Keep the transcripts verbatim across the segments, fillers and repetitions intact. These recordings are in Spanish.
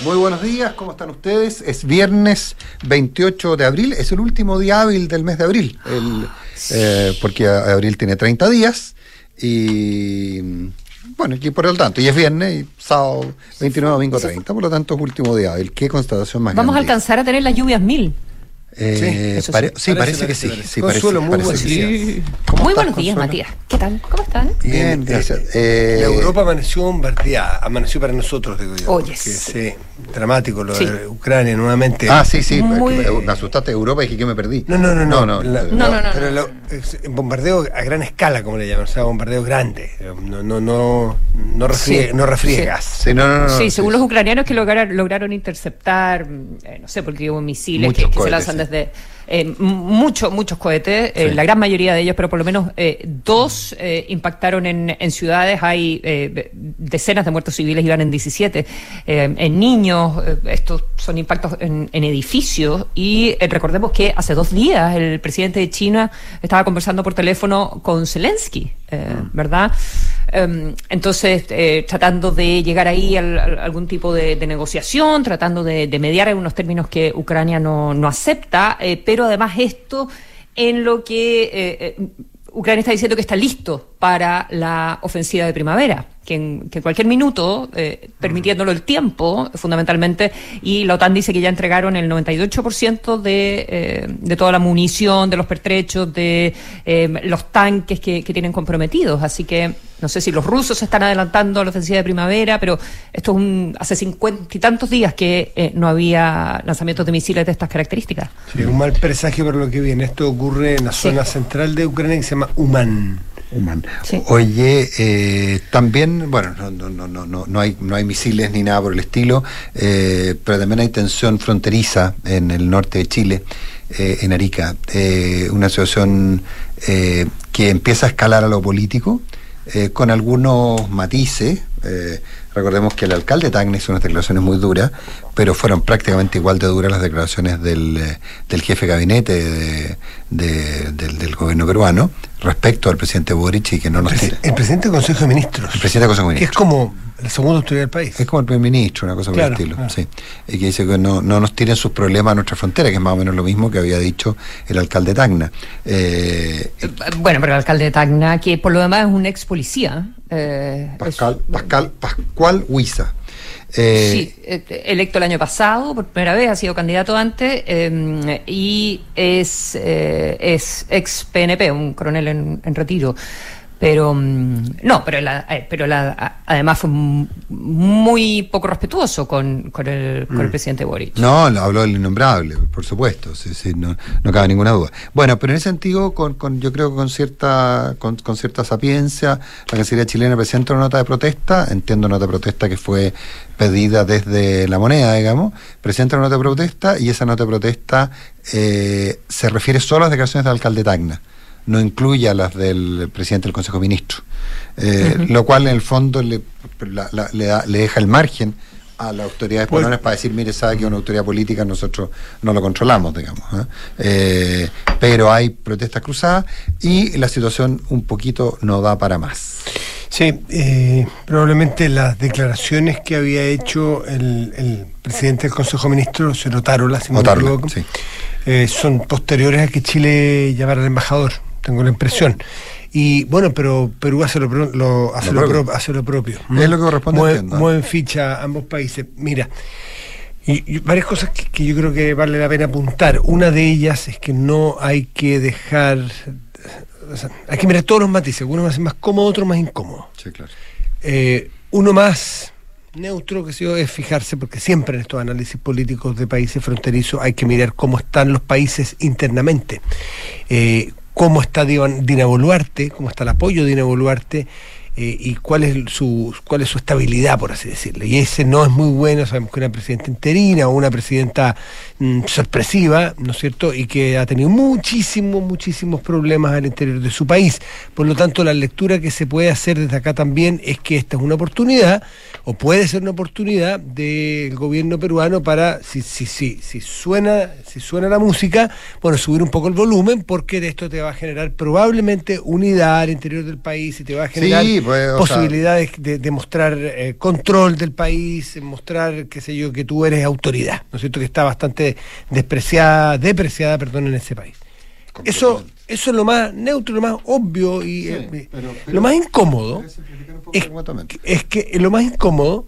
Muy buenos días, ¿cómo están ustedes? Es viernes veintiocho de abril, es el último día hábil del mes de abril, el, eh, porque abril tiene treinta días y bueno, y por lo tanto, y es viernes y sábado veintinueve, domingo treinta, por lo tanto es último día hábil. ¿Qué constatación más Vamos grande? a alcanzar a tener las lluvias mil. Eh, sí, pare- sí, sí, parece, parece, que parece, sí. parece. sí Consuelo, parece, muy parece buen que día. sí. ¿Cómo Muy estás, buenos días, Consuelo? Matías. ¿Qué tal? ¿Cómo están? Bien, gracias. Eh, La Europa amaneció bombardeada, amaneció para nosotros, digo yo. Oye, porque, sí. sí, dramático lo Sí. de Ucrania nuevamente. Ah, sí, sí, Muy- me me asustaste de Europa y dije que me perdí. No, no, no, no. no, La- no, no, no, no, Pero no. lo- es bombardeo a gran escala, como le llaman, o sea, bombardeo grande. No, no, no, no refriegue, Sí, no refriegue sí. gas. Sí, no, no, no, Sí, no, según sí, los ucranianos que lograron, lograron interceptar, eh, no sé, porque hubo misiles Muchos que, que se cohetes, lanzan sí. desde eh, m- muchos, muchos cohetes, eh, Sí. la gran mayoría de ellos, pero por lo menos eh, dos eh, impactaron en, en ciudades. Hay eh, decenas de muertos civiles, iban en diecisiete, eh, en niños. Eh, estos son impactos en, en edificios. Y eh, recordemos que hace dos días el presidente de China estaba conversando por teléfono con Zelensky, eh, ¿verdad? Um, entonces, eh, tratando de llegar ahí a, a algún tipo de, de negociación, tratando de, de mediar algunos términos que Ucrania no, no acepta, eh, pero además esto en lo que eh, eh, Ucrania está diciendo que está listo para la ofensiva de primavera, que en, que en cualquier minuto, eh, permitiéndolo el tiempo, fundamentalmente, y la OTAN dice que ya entregaron el noventa y ocho por ciento de, eh, de toda la munición, de los pertrechos, de eh, los tanques que, que tienen comprometidos. Así que no sé si los rusos se están adelantando a la ofensiva de primavera, pero esto es un, hace cincuenta y tantos días que eh, no había lanzamientos de misiles de estas características. Sí, un mal presagio por lo que viene. Esto ocurre en la Sí. zona central de Ucrania que se llama Uman. Human. Sí. Oye, eh, también, bueno, no, no, no, no, no, no hay, no hay misiles ni nada por el estilo, eh, pero también hay tensión fronteriza en el norte de Chile, eh, en Arica, eh, una situación eh, que empieza a escalar a lo político, eh, con algunos matices. Eh, recordemos que el alcalde Tacna hizo unas declaraciones muy duras, pero fueron prácticamente igual de duras las declaraciones del, eh, del jefe de gabinete de, de, del, del gobierno peruano respecto al presidente Boric y que no nos tira. El presidente del Consejo de Ministros. El presidente del Consejo de Que es Ministros. como la segunda autoridad del país. Es como el primer ministro, una cosa por Claro, el estilo. claro. Sí. Y que dice que no, no nos tiren sus problemas a nuestra frontera, que es más o menos lo mismo que había dicho el alcalde Tacna. Eh, Eh, Bueno, pero el alcalde de Tacna, que por lo demás es un ex policía. Eh, Pascal, es- Pascal, Pascual Huiza. Eh, Sí, eh, electo el año pasado, por primera vez, ha sido candidato antes, eh, y es, eh, es ex P N P, un coronel en, en retiro. Pero, mm, no, pero, la, eh, pero la, a- además fue m- muy poco respetuoso con, con, el, con el presidente Boric. No, lo habló del innombrable, por supuesto, sí, sí, no, no cabe ninguna duda. Bueno, pero en ese sentido, con, con, yo creo que con cierta, con, con cierta sapiencia, la Cancillería chilena presenta una nota de protesta, entiendo nota de protesta que fue pedida desde La Moneda, digamos, presenta una nota de protesta y esa nota de protesta eh, se refiere solo a las declaraciones del alcalde Tacna, no incluye a las del presidente del Consejo de Ministros, eh, Ujú. lo cual en el fondo le, la- la- le, da- le deja el margen a las autoridades Pues- peruanas para decir, mire, sabe que una autoridad política nosotros no lo controlamos, digamos. ¿eh? Eh, pero hay protestas cruzadas y la situación un poquito no da para más. Sí, eh, probablemente las declaraciones que había hecho el, el presidente del Consejo de Ministros, señor Otárola, si no me Otárola, equivoco, sí. eh, son posteriores a que Chile llamara al embajador, tengo la impresión. Y bueno, pero Perú hace lo, pro- lo- hace Lo lo, propio. pro- hace lo propio. Es lo que corresponde, Mueve- entiendo, ¿eh? Mueven ficha a ambos países. Mira, y, y varias cosas que, que yo creo que vale la pena apuntar. Una de ellas es que no hay que dejar... O sea, hay que mirar todos los matices, uno más, más cómodo, otro más incómodo. Sí, claro. Eh, uno más neutro que yo es fijarse, porque siempre en estos análisis políticos de países fronterizos hay que mirar cómo están los países internamente, eh, cómo está Dina Dina Boluarte, cómo está el apoyo de Dina Boluarte, eh, y cuál es su cuál es su estabilidad, por así decirlo. Y ese no es muy bueno. Sabemos que una presidenta interina o una presidenta mm, sorpresiva, ¿no es cierto?, y que ha tenido muchísimos, muchísimos problemas al interior de su país. Por lo tanto, la lectura que se puede hacer desde acá también es que esta es una oportunidad, o puede ser una oportunidad del gobierno peruano para, si, si, si, si suena, si suena la música, bueno, subir un poco el volumen, porque de esto te va a generar probablemente unidad al interior del país y te va a generar Sí, pues, posibilidades sea... de, de mostrar eh, control del país, mostrar, qué sé yo, que tú eres autoridad, ¿no es cierto?, que está bastante despreciada, depreciada, perdón, en ese país. Eso, eso es lo más neutro, lo más obvio y sí, eh, pero, pero, lo más incómodo es, es que lo más incómodo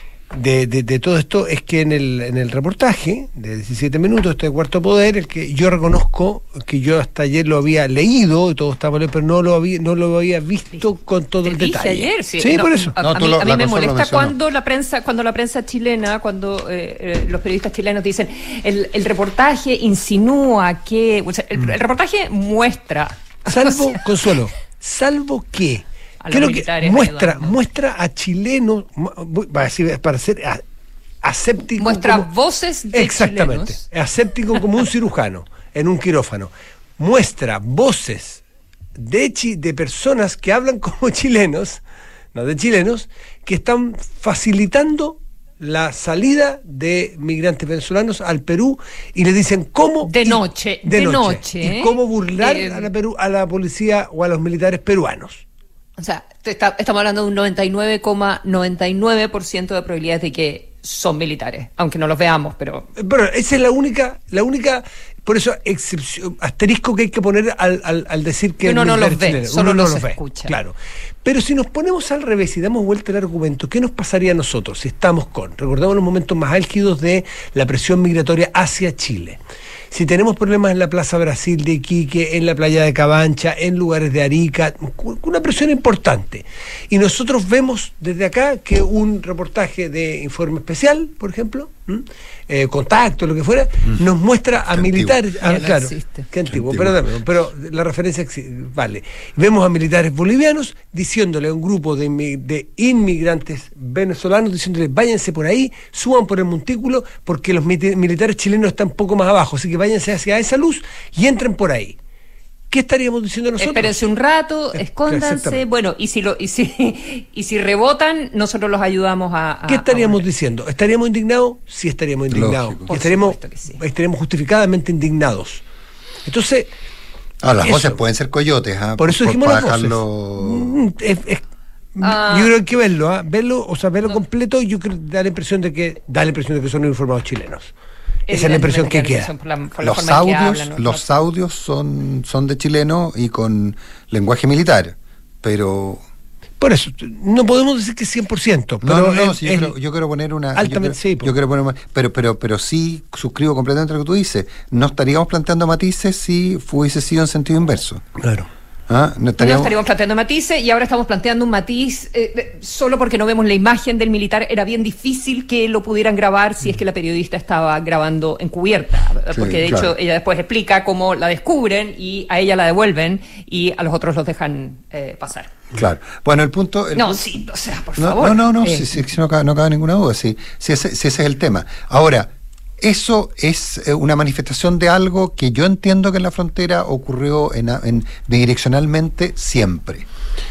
De, de, de todo esto es que en el, en el reportaje de diecisiete minutos, este de Cuarto Poder, el que yo reconozco que yo hasta ayer lo había leído y todo estaba bien, pero no lo había no lo había visto con todo el detalle. Ayer, sí, sí no, por eso. A, no, a mí, lo, a mí me molesta cuando la prensa cuando la prensa chilena, cuando eh, eh, los periodistas chilenos dicen el, el reportaje insinúa que, o sea, el, mm. el reportaje muestra, salvo, o sea, Consuelo, salvo que creo que muestra, ayudando. muestra a chilenos, para, decir, para ser a, aséptico. Muestra como, voces de exactamente, chilenos. Aséptico como un cirujano en un quirófano. Muestra voces de, chi, de personas que hablan como chilenos, no de chilenos, que están facilitando la salida de migrantes venezolanos al Perú y le dicen cómo de y, noche, de, de noche, noche y ¿eh? cómo burlar eh, a la Perú, a la policía o a los militares peruanos. O sea, está, estamos hablando de un noventa y nueve coma noventa y nueve por ciento de probabilidades de que son militares, aunque no los veamos, pero... Pero esa es la única, la única, por eso excepción, asterisco que hay que poner al, al, al decir que uno no los ve, chileno. solo uno no los los ve, escucha. Claro. Pero si nos ponemos al revés y damos vuelta al argumento, ¿qué nos pasaría a nosotros si estamos con, recordamos los momentos más álgidos de la presión migratoria hacia Chile? Si tenemos problemas en la Plaza Brasil de Iquique, en la playa de Cabancha, en lugares de Arica, una presión importante. Y nosotros vemos desde acá que un reportaje de Informe Especial, por ejemplo, eh, Contacto, lo que fuera, mm. nos muestra a qué militares... Ah, no claro, existe. qué antiguo, qué antiguo. Pero, pero la referencia vale. Vemos a militares bolivianos diciéndole a un grupo de, de inmigrantes venezolanos, diciéndole váyanse por ahí, suban por el montículo, porque los militares chilenos están un poco más abajo, así que váyanse hacia esa luz y entren por ahí. ¿Qué estaríamos diciendo nosotros? Espérense un rato, escóndanse, bueno, y si lo y si y si rebotan, nosotros los ayudamos a... a ¿Qué estaríamos a diciendo? ¿Estaríamos indignados? Sí, estaríamos indignados. Estaríamos, sí. estaríamos justificadamente indignados. Entonces... Ah, las voces pueden ser coyotes, ¿eh? Por eso por, dijimos por las dejarlo... voces. Es, es, ah, yo creo que hay que verlo, ¿eh? Verlo, o sea, verlo no. completo, yo creo da la impresión de que da la impresión de que son informados chilenos. Esa es la impresión que queda. Por la, por los audios, hablan, ¿no? los audios son, son de chileno y con lenguaje militar, pero... Por eso, no podemos decir que cien por ciento. No, pero no, no el, si yo, quiero, yo quiero poner una... Altamente, yo quiero, sí, yo quiero poner, pero, pero, pero sí suscribo completamente lo que tú dices. No estaríamos planteando matices si fuese sido en sentido inverso. Claro. ¿Ah? No estaríamos... no estaríamos planteando matices y ahora estamos planteando un matiz eh, solo porque no vemos la imagen del militar. Era bien difícil que lo pudieran grabar si es que la periodista estaba grabando encubierta, sí, porque de claro. hecho ella después explica cómo la descubren y a ella la devuelven y a los otros los dejan eh, pasar. Claro. Bueno, el punto... El no, punto... sí, o sea, por no, favor. No, no, no, eh. sí, sí, sí, no, cabe, no cabe ninguna duda, sí, sí, ese, sí, ese es el tema. Ahora... Eso es una manifestación de algo que yo entiendo que en la frontera ocurrió en, en, bidireccionalmente siempre.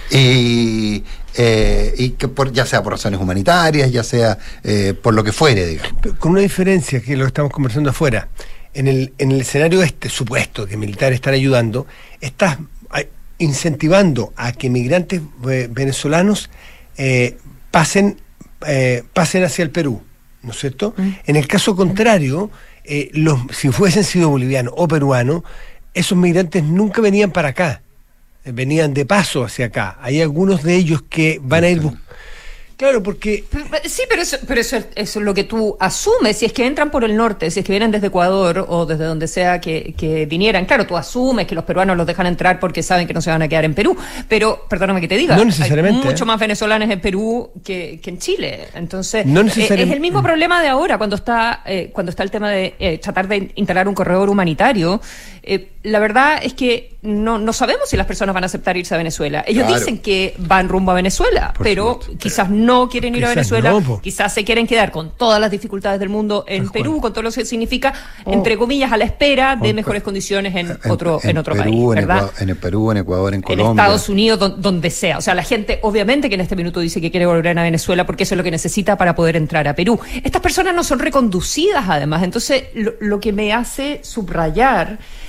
Y, eh, y que por, ya sea por razones humanitarias, ya sea eh, por lo que fuere, digamos. Pero con una diferencia que lo estamos conversando afuera. En el, en el escenario este, supuesto que militares están ayudando, estás incentivando a que migrantes eh, venezolanos eh, pasen, eh, pasen hacia el Perú. ¿No es cierto? Mm. En el caso contrario, eh, los, si fuesen sido bolivianos o peruanos, esos migrantes nunca venían para acá, eh, venían de paso hacia acá. Hay algunos de ellos que van a ir buscando. Claro, porque... Sí, pero eso, pero eso, eso es lo que tú asumes. Si es que entran por el norte, si es que vienen desde Ecuador o desde donde sea que, que vinieran, claro, tú asumes que los peruanos los dejan entrar porque saben que no se van a quedar en Perú. Pero, perdóname que te diga, no necesariamente, hay mucho ¿eh? más venezolanos en Perú que, que en Chile. Entonces, no eh, necesariamente. es el mismo problema de ahora, cuando está eh, cuando está el tema de eh, tratar de instalar un corredor humanitario. Eh, la verdad es que no, no sabemos si las personas van a aceptar irse a Venezuela. Ellos claro. dicen que van rumbo a Venezuela, por pero supuesto. quizás no no quieren ir quizás a Venezuela, no, quizás se quieren quedar con todas las dificultades del mundo en Perú, bueno. con todo lo que significa, oh. entre comillas, a la espera de oh. mejores condiciones en, en otro en, en otro Perú, país, ¿verdad? En, Ecuador, en el Perú, en Ecuador, en Colombia. En Estados Unidos, don, donde sea. O sea, la gente, obviamente, que en este minuto dice que quiere volver a Venezuela porque eso es lo que necesita para poder entrar a Perú. Estas personas no son reconducidas, además. Entonces, lo, lo que me hace subrayar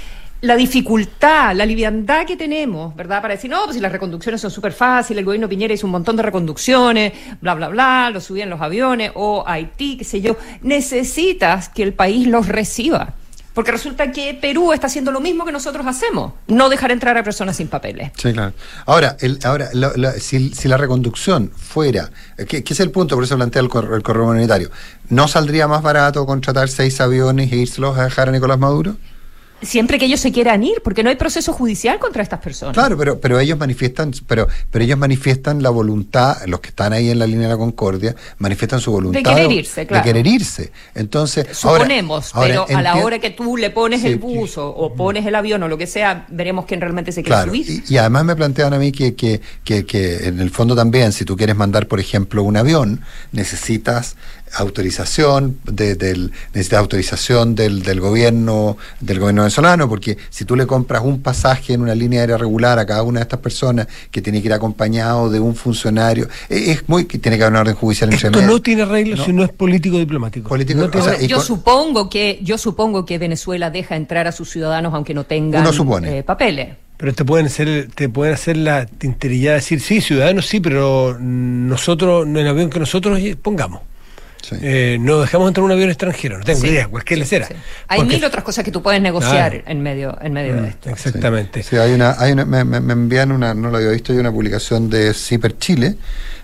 la dificultad, la liviandad que tenemos, ¿verdad? Para decir, no, pues si las reconducciones son súper fáciles, el gobierno Piñera hizo un montón de reconducciones, bla, bla, bla, los subían los aviones, o Haití, qué sé yo. Necesitas que el país los reciba. Porque resulta que Perú está haciendo lo mismo que nosotros hacemos, no dejar entrar a personas sin papeles. Sí, claro. Ahora, el, ahora lo, lo, si, si la reconducción fuera, ¿qué, qué es el punto? Por eso plantea el, cor, el corredor humanitario. ¿No saldría más barato contratar seis aviones e írselos a dejar a Nicolás Maduro? Siempre que ellos se quieran ir, porque no hay proceso judicial contra estas personas. Claro, pero pero ellos manifiestan, pero pero ellos manifiestan la voluntad, los que están ahí en la línea de la Concordia, manifiestan su voluntad de querer irse, claro. De querer irse. Entonces, suponemos, ahora, pero ahora, a la enti- hora que tú le pones sí, el bus sí. o, o pones el avión o lo que sea, veremos quién realmente se quiere claro, subir. Y, y además me plantean a mí que, que, que, que en el fondo también, si tú quieres mandar, por ejemplo, un avión, necesitas autorización de, del necesitas autorización del, del gobierno del gobierno venezolano, porque si tú le compras un pasaje en una línea aérea regular a cada una de estas personas que tiene que ir acompañado de un funcionario, es, es muy que tiene que haber una orden judicial entre Esto medio. no tiene arreglo ¿No? si no es político diplomático. Político, no tiene- o sea, y yo con- supongo que yo supongo que Venezuela deja entrar a sus ciudadanos aunque no tengan Uno supone. eh, papeles. Pero te pueden hacer, te pueden hacer la tinterillada de decir, sí, ciudadanos sí, pero nosotros, en el avión que nosotros pongamos. Sí. Eh, no dejamos entrar un avión extranjero, no tengo Sí, idea, cualquier sí, lecera. sí. Hay Porque- mil otras cosas que tú puedes negociar Claro. en medio en medio Mm, de esto. Exactamente. Sí, hay una, hay una, me, me, me envían una, no lo había visto, hay una publicación de CIPER Chile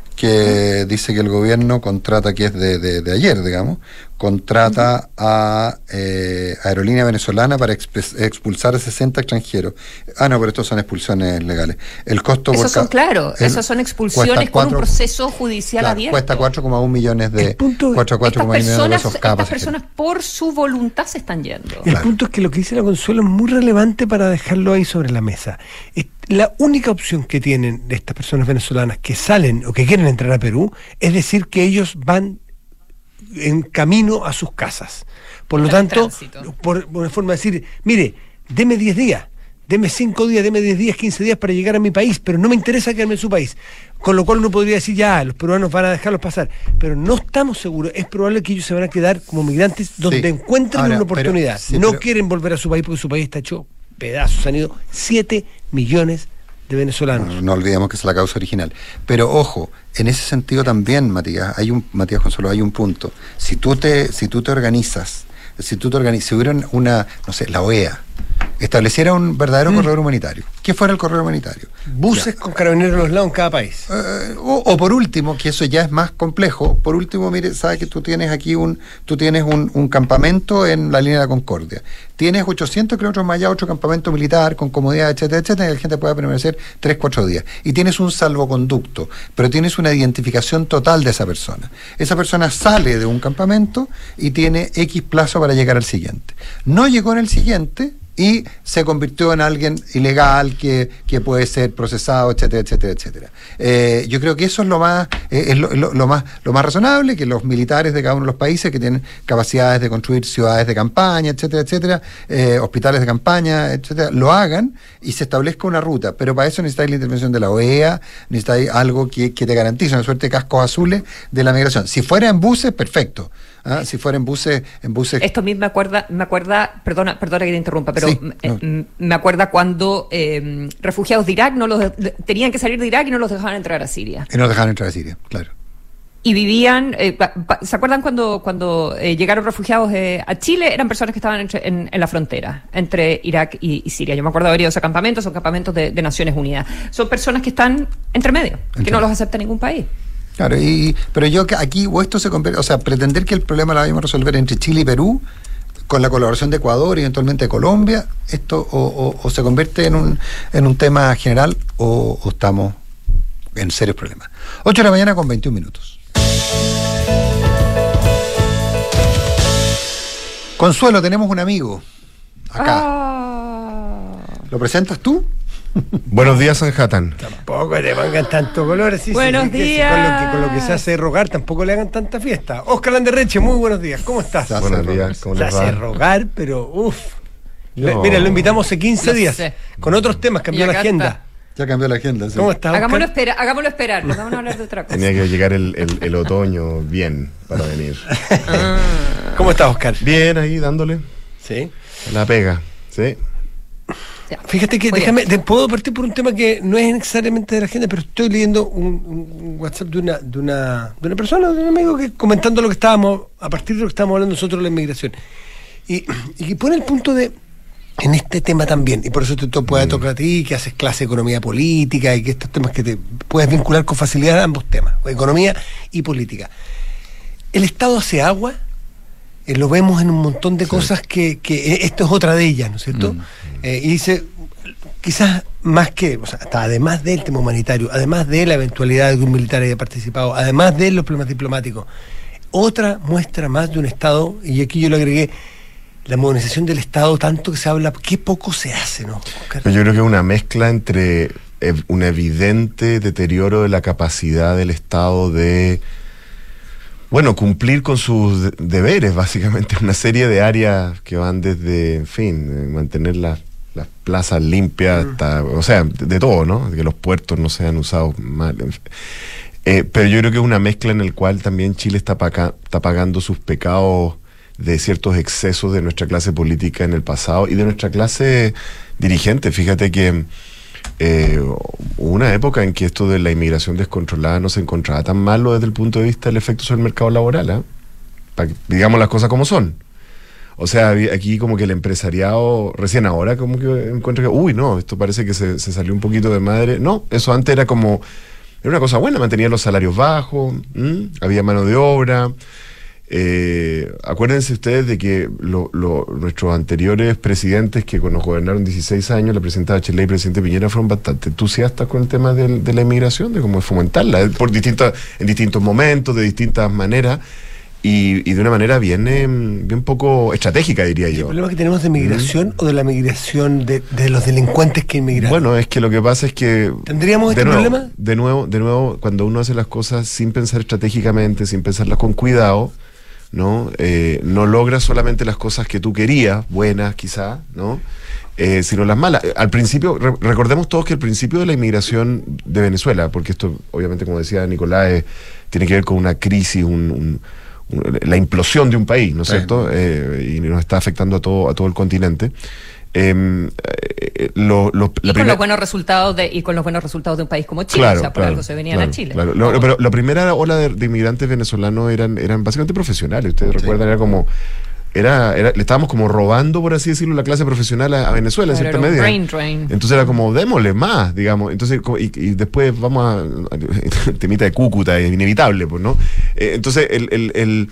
que dice que el gobierno contrata, que es de, de, de ayer, digamos, contrata a eh, Aerolínea Venezolana para expe- expulsar a sesenta extranjeros. Ah, no, pero estos son expulsiones legales. El costo Esos por son, ca- claro, el- esas son expulsiones cuesta con un cuatro- proceso judicial claro, abierto. cuesta cuatro coma uno millones de El punto- cuatro a cuatro Estas coma uno millones de personas, pesos cada estas pasajero. personas por su voluntad se están yendo. El Claro. punto es que lo que dice la Consuelo es muy relevante para dejarlo ahí sobre la mesa. Es la única opción que tienen estas personas venezolanas que salen o que quieren entrar a Perú es decir que ellos van en camino a sus casas. Por lo Están en tanto, tránsito. por, por una forma de decir, mire, deme diez días, deme cinco días, deme diez días, quince días para llegar a mi país, pero no me interesa quedarme en su país. Con lo cual uno podría decir, ya, los peruanos van a dejarlos pasar. Pero no estamos seguros. Es probable que ellos se van a quedar como migrantes donde Sí. encuentren Ahora, una oportunidad. pero- sí, no pero- quieren volver a su país porque su país está hecho pedazos. Han ido siete millones de venezolanos. No, no olvidemos que es la causa original. Pero ojo, en ese sentido también, Matías, hay un Matías Consuelo, hay un punto. Si tú te, si tú te organizas, si tú te organizas, si hubiera una, no sé, la O E A, estableciera un verdadero Mm. corredor humanitario. ¿Qué fuera el corredor humanitario? Buses con carabineros a los lados en cada país. Eh, o, o por último, que eso ya es más complejo, por último, mire, sabes que tú tienes aquí un, tú tienes un, un campamento en la línea de la Concordia. Tienes ochocientos kilómetros más allá otro campamento militar con comodidad, etcétera, etcétera, y la gente puede permanecer tres, cuatro días. Y tienes un salvoconducto, pero tienes una identificación total de esa persona. Esa persona sale de un campamento y tiene X plazo para llegar al siguiente. No llegó en el siguiente y se convirtió en alguien ilegal que, que puede ser procesado, etcétera, etcétera, etcétera. Eh, yo creo que eso es lo más eh, es lo, lo- lo más lo más razonable, que los militares de cada uno de los países que tienen capacidades de construir ciudades de campaña, etcétera, etcétera, eh, hospitales de campaña, etcétera, lo hagan y se establezca una ruta. Pero para eso necesitáis la intervención de la O E A, necesitáis algo que, que te garantice una suerte de cascos azules de la migración. Si fuera en buses, perfecto. ¿Ah? Si fuera en buses, en buses Esto a mí me acuerda, me acuerda, perdona, perdona que te interrumpa, pero Sí, eh, no. m- me acuerda cuando eh, refugiados de Irak no los de- de- tenían que salir de Irak y no los dejaban entrar a Siria. y no dejaron entrar a Siria, claro. Y vivían, eh, pa- pa- ¿se acuerdan cuando, cuando eh, llegaron refugiados eh, a Chile? Eran personas que estaban entre- en, en la frontera entre Irak y, y Siria. Yo me acuerdo de haber ido a esos campamentos, son campamentos de, de Naciones Unidas. Son personas que están entre medio, que Entre no medio. los acepta ningún país. Claro, y, pero yo que aquí, o esto se convierte, o sea, pretender que el problema lo vayamos a resolver entre Chile y Perú, con la colaboración de Ecuador y eventualmente de Colombia, esto o, o- o se convierte en un, en un tema general o, o estamos en serios problemas. ocho de la mañana con veintiún minutos. Consuelo, tenemos un amigo acá. Ah. ¿Lo presentas tú? Buenos días, Manhattan. Tampoco le pongan tanto color así. Buenos sí, sí, sí, días. Con lo, que, con lo que se hace rogar, tampoco le hagan tanta fiesta. Oscar Landerreche, muy buenos días. ¿Cómo estás? Se hace Buenos rogar. días, ¿cómo Se les hace va? rogar, pero uff. No. Mira, lo invitamos hace quince Lo días. sé. Con otros temas, cambió Y la acá agenda. está. Ya cambió la agenda. Sí. ¿Cómo estás, Hagámoslo, Oscar? espera, hagámoslo esperar, nos vamos a hablar de otra cosa. Tenía que llegar el, el- el otoño bien para venir. ¿Cómo estás, Oscar? Bien, ahí dándole Sí. la pega, ¿sí? Ya. Fíjate que Muy déjame, te puedo partir por un tema que no es necesariamente de la agenda, pero estoy leyendo un, un WhatsApp de una, de una, de una persona, de un amigo que comentando lo que estábamos, a partir de lo que estábamos hablando nosotros de la inmigración. Y, y que pone el punto de, en este tema también, y por eso te to, puede tocar a ti, que haces clase de economía política y que estos temas que te puedes vincular con facilidad a ambos temas, economía y política. ¿El Estado hace agua? Eh, lo vemos en un montón de sí. cosas que, que eh, esto es otra de ellas, ¿no es cierto? Mm. Eh, y dice, quizás más que, o sea, hasta además del tema humanitario, además de la eventualidad de que un militar haya participado, además de los problemas diplomáticos, otra muestra más de un Estado, y aquí yo le agregué, la modernización del Estado, tanto que se habla, qué poco se hace, ¿no? Yo creo que es una mezcla entre ev- un evidente deterioro de la capacidad del Estado de, bueno, cumplir con sus de- deberes, básicamente, una serie de áreas que van desde, en fin, mantener las, las plazas limpias, hasta, o sea, de, de todo, ¿no? Que los puertos no sean usados mal, en fin. Eh, pero yo creo que es una mezcla en el cual también Chile está, paca- está pagando sus pecados de ciertos excesos de nuestra clase política en el pasado y de nuestra clase dirigente. Fíjate que eh, hubo una época en que esto de la inmigración descontrolada no se encontraba tan malo desde el punto de vista del efecto sobre el mercado laboral, ¿eh? Pa que digamos las cosas como son. O sea, aquí como que el empresariado, recién ahora como que encuentra que, uy, no, esto parece que se, se salió un poquito de madre. No, eso antes era como, era una cosa buena, mantenía los salarios bajos, ¿m? Había mano de obra. Eh, acuérdense ustedes de que lo, lo, nuestros anteriores presidentes que nos gobernaron dieciséis años, la presidenta Bachelet y el presidente Piñera, fueron bastante entusiastas con el tema de, de la inmigración, de cómo fomentarla, por distintas, en distintos momentos, de distintas maneras, y, y de una manera bien, eh, bien poco estratégica, diría yo. ¿El problema que tenemos de migración mm. o de la migración de, de los delincuentes que inmigran? Bueno, es que lo que pasa es que... ¿Tendríamos este nuevo, problema? De nuevo, de nuevo, cuando uno hace las cosas sin pensar estratégicamente, sin pensarlas con cuidado, ¿no? Eh, no logras solamente las cosas que tú querías, buenas quizá, ¿no? Eh, sino las malas. Al principio, re recordemos todos que el principio de la inmigración de Venezuela, porque esto obviamente, como decía Nicolás, eh, tiene que ver con una crisis, un, un, un, la implosión de un país, ¿no es sí. cierto? Eh, y nos está afectando a todo, a todo el continente. Eh, eh, lo, lo, y, con primer... los buenos resultados de, y con los buenos resultados de un país como Chile, claro, o sea, por claro, algo se venían claro, a Chile. Claro. Lo, pero la primera ola de, de inmigrantes venezolanos eran, eran básicamente profesionales, ustedes sí. recuerdan, era como, era, era, le estábamos como robando, por así decirlo, la clase profesional a, a Venezuela, claro, en cierta medida. Brain drain. Entonces era como, démosle más, digamos, entonces, y, y después vamos a, temita de Cúcuta, es inevitable, pues, ¿no? Eh, entonces, el, el, el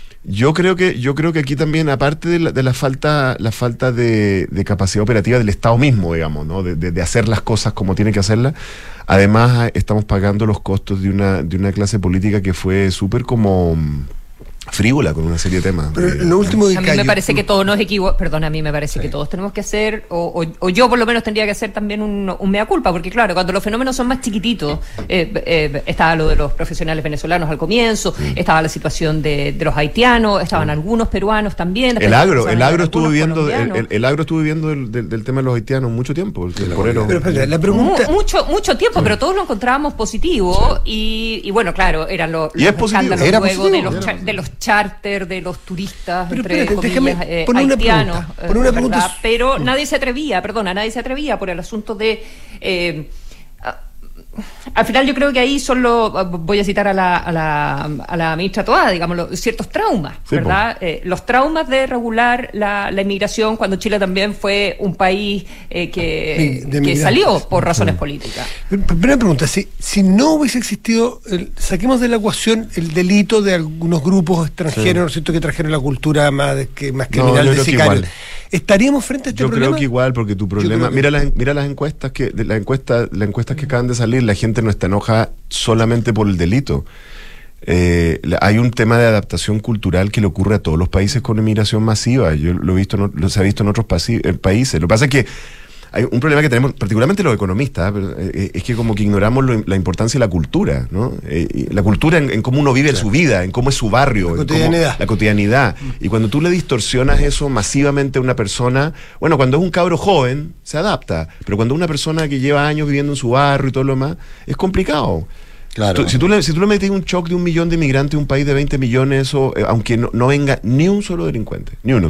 Yo creo que yo creo que aquí también, aparte de la, de la falta la falta de, de capacidad operativa del Estado mismo, digamos, ¿no? De, de, de hacer las cosas como tiene que hacerlas, además estamos pagando los costos de una de una clase política que fue súper como frívola con una serie de temas. Pero lo último de a mí me parece que todos nos equivocamos, perdón, a mí me parece sí. que todos tenemos que hacer, o, o, o yo por lo menos tendría que hacer también un, un mea culpa, porque claro, cuando los fenómenos son más chiquititos, eh, eh, estaba lo de los profesionales venezolanos al comienzo, mm. estaba la situación de, de los haitianos, estaban mm. algunos peruanos también. El agro, el agro estuvo viviendo, el, el, el agro estuvo viviendo del, del, del tema de los haitianos mucho tiempo. El, el pero, pero, la pregunta... mucho, mucho tiempo, mm. pero todos lo encontrábamos positivo, sí. y, y bueno, claro, eran los, los escándalos luego positivo, de los, cha, de los charters, de los turistas, pero entre espérate, comillas, déjame eh, poner haitianos, una pregunta, poner una pregunta ¿verdad? Pero nadie se atrevía, perdona, nadie se atrevía por el asunto de... Eh, al final yo creo que ahí son los, voy a citar a la, a la, a la ministra Toá, digamos, los, ciertos traumas, sí, ¿verdad? Eh, los traumas de regular la, la inmigración cuando Chile también fue un país eh, que, de, de que salió por razones sí. políticas. Primera pregunta, si, si no hubiese existido, el, saquemos de la ecuación el delito de algunos grupos extranjeros, sí. ¿no es cierto?, que trajeron la cultura más, de, que, más criminal no, de sicarios. ¿Estaríamos frente a este yo problema? Yo creo que igual, porque tu problema... Que... Mira, las, mira las encuestas que de la encuesta, las encuestas que acaban de salir, la gente no está enojada solamente por el delito. Eh, hay un tema de adaptación cultural que le ocurre a todos los países con inmigración masiva. Yo lo he visto, lo se ha visto en otros países. Lo que pasa es que hay un problema que tenemos, particularmente los economistas, pero, eh, es que como que ignoramos lo, la importancia de la cultura, ¿no? Eh, la cultura en, en cómo uno vive claro. su vida, en cómo es su barrio, la cotidianidad. Cómo, la cotidianidad. Y cuando tú le distorsionas eso masivamente a una persona, bueno, cuando es un cabro joven, se adapta, pero cuando es una persona que lleva años viviendo en su barrio y todo lo demás, es complicado. Claro. Tú, si, tú le, si tú le metes un shock de un millón de inmigrantes a un país de veinte millones, eso, eh, aunque no, no venga ni un solo delincuente, ni uno solo,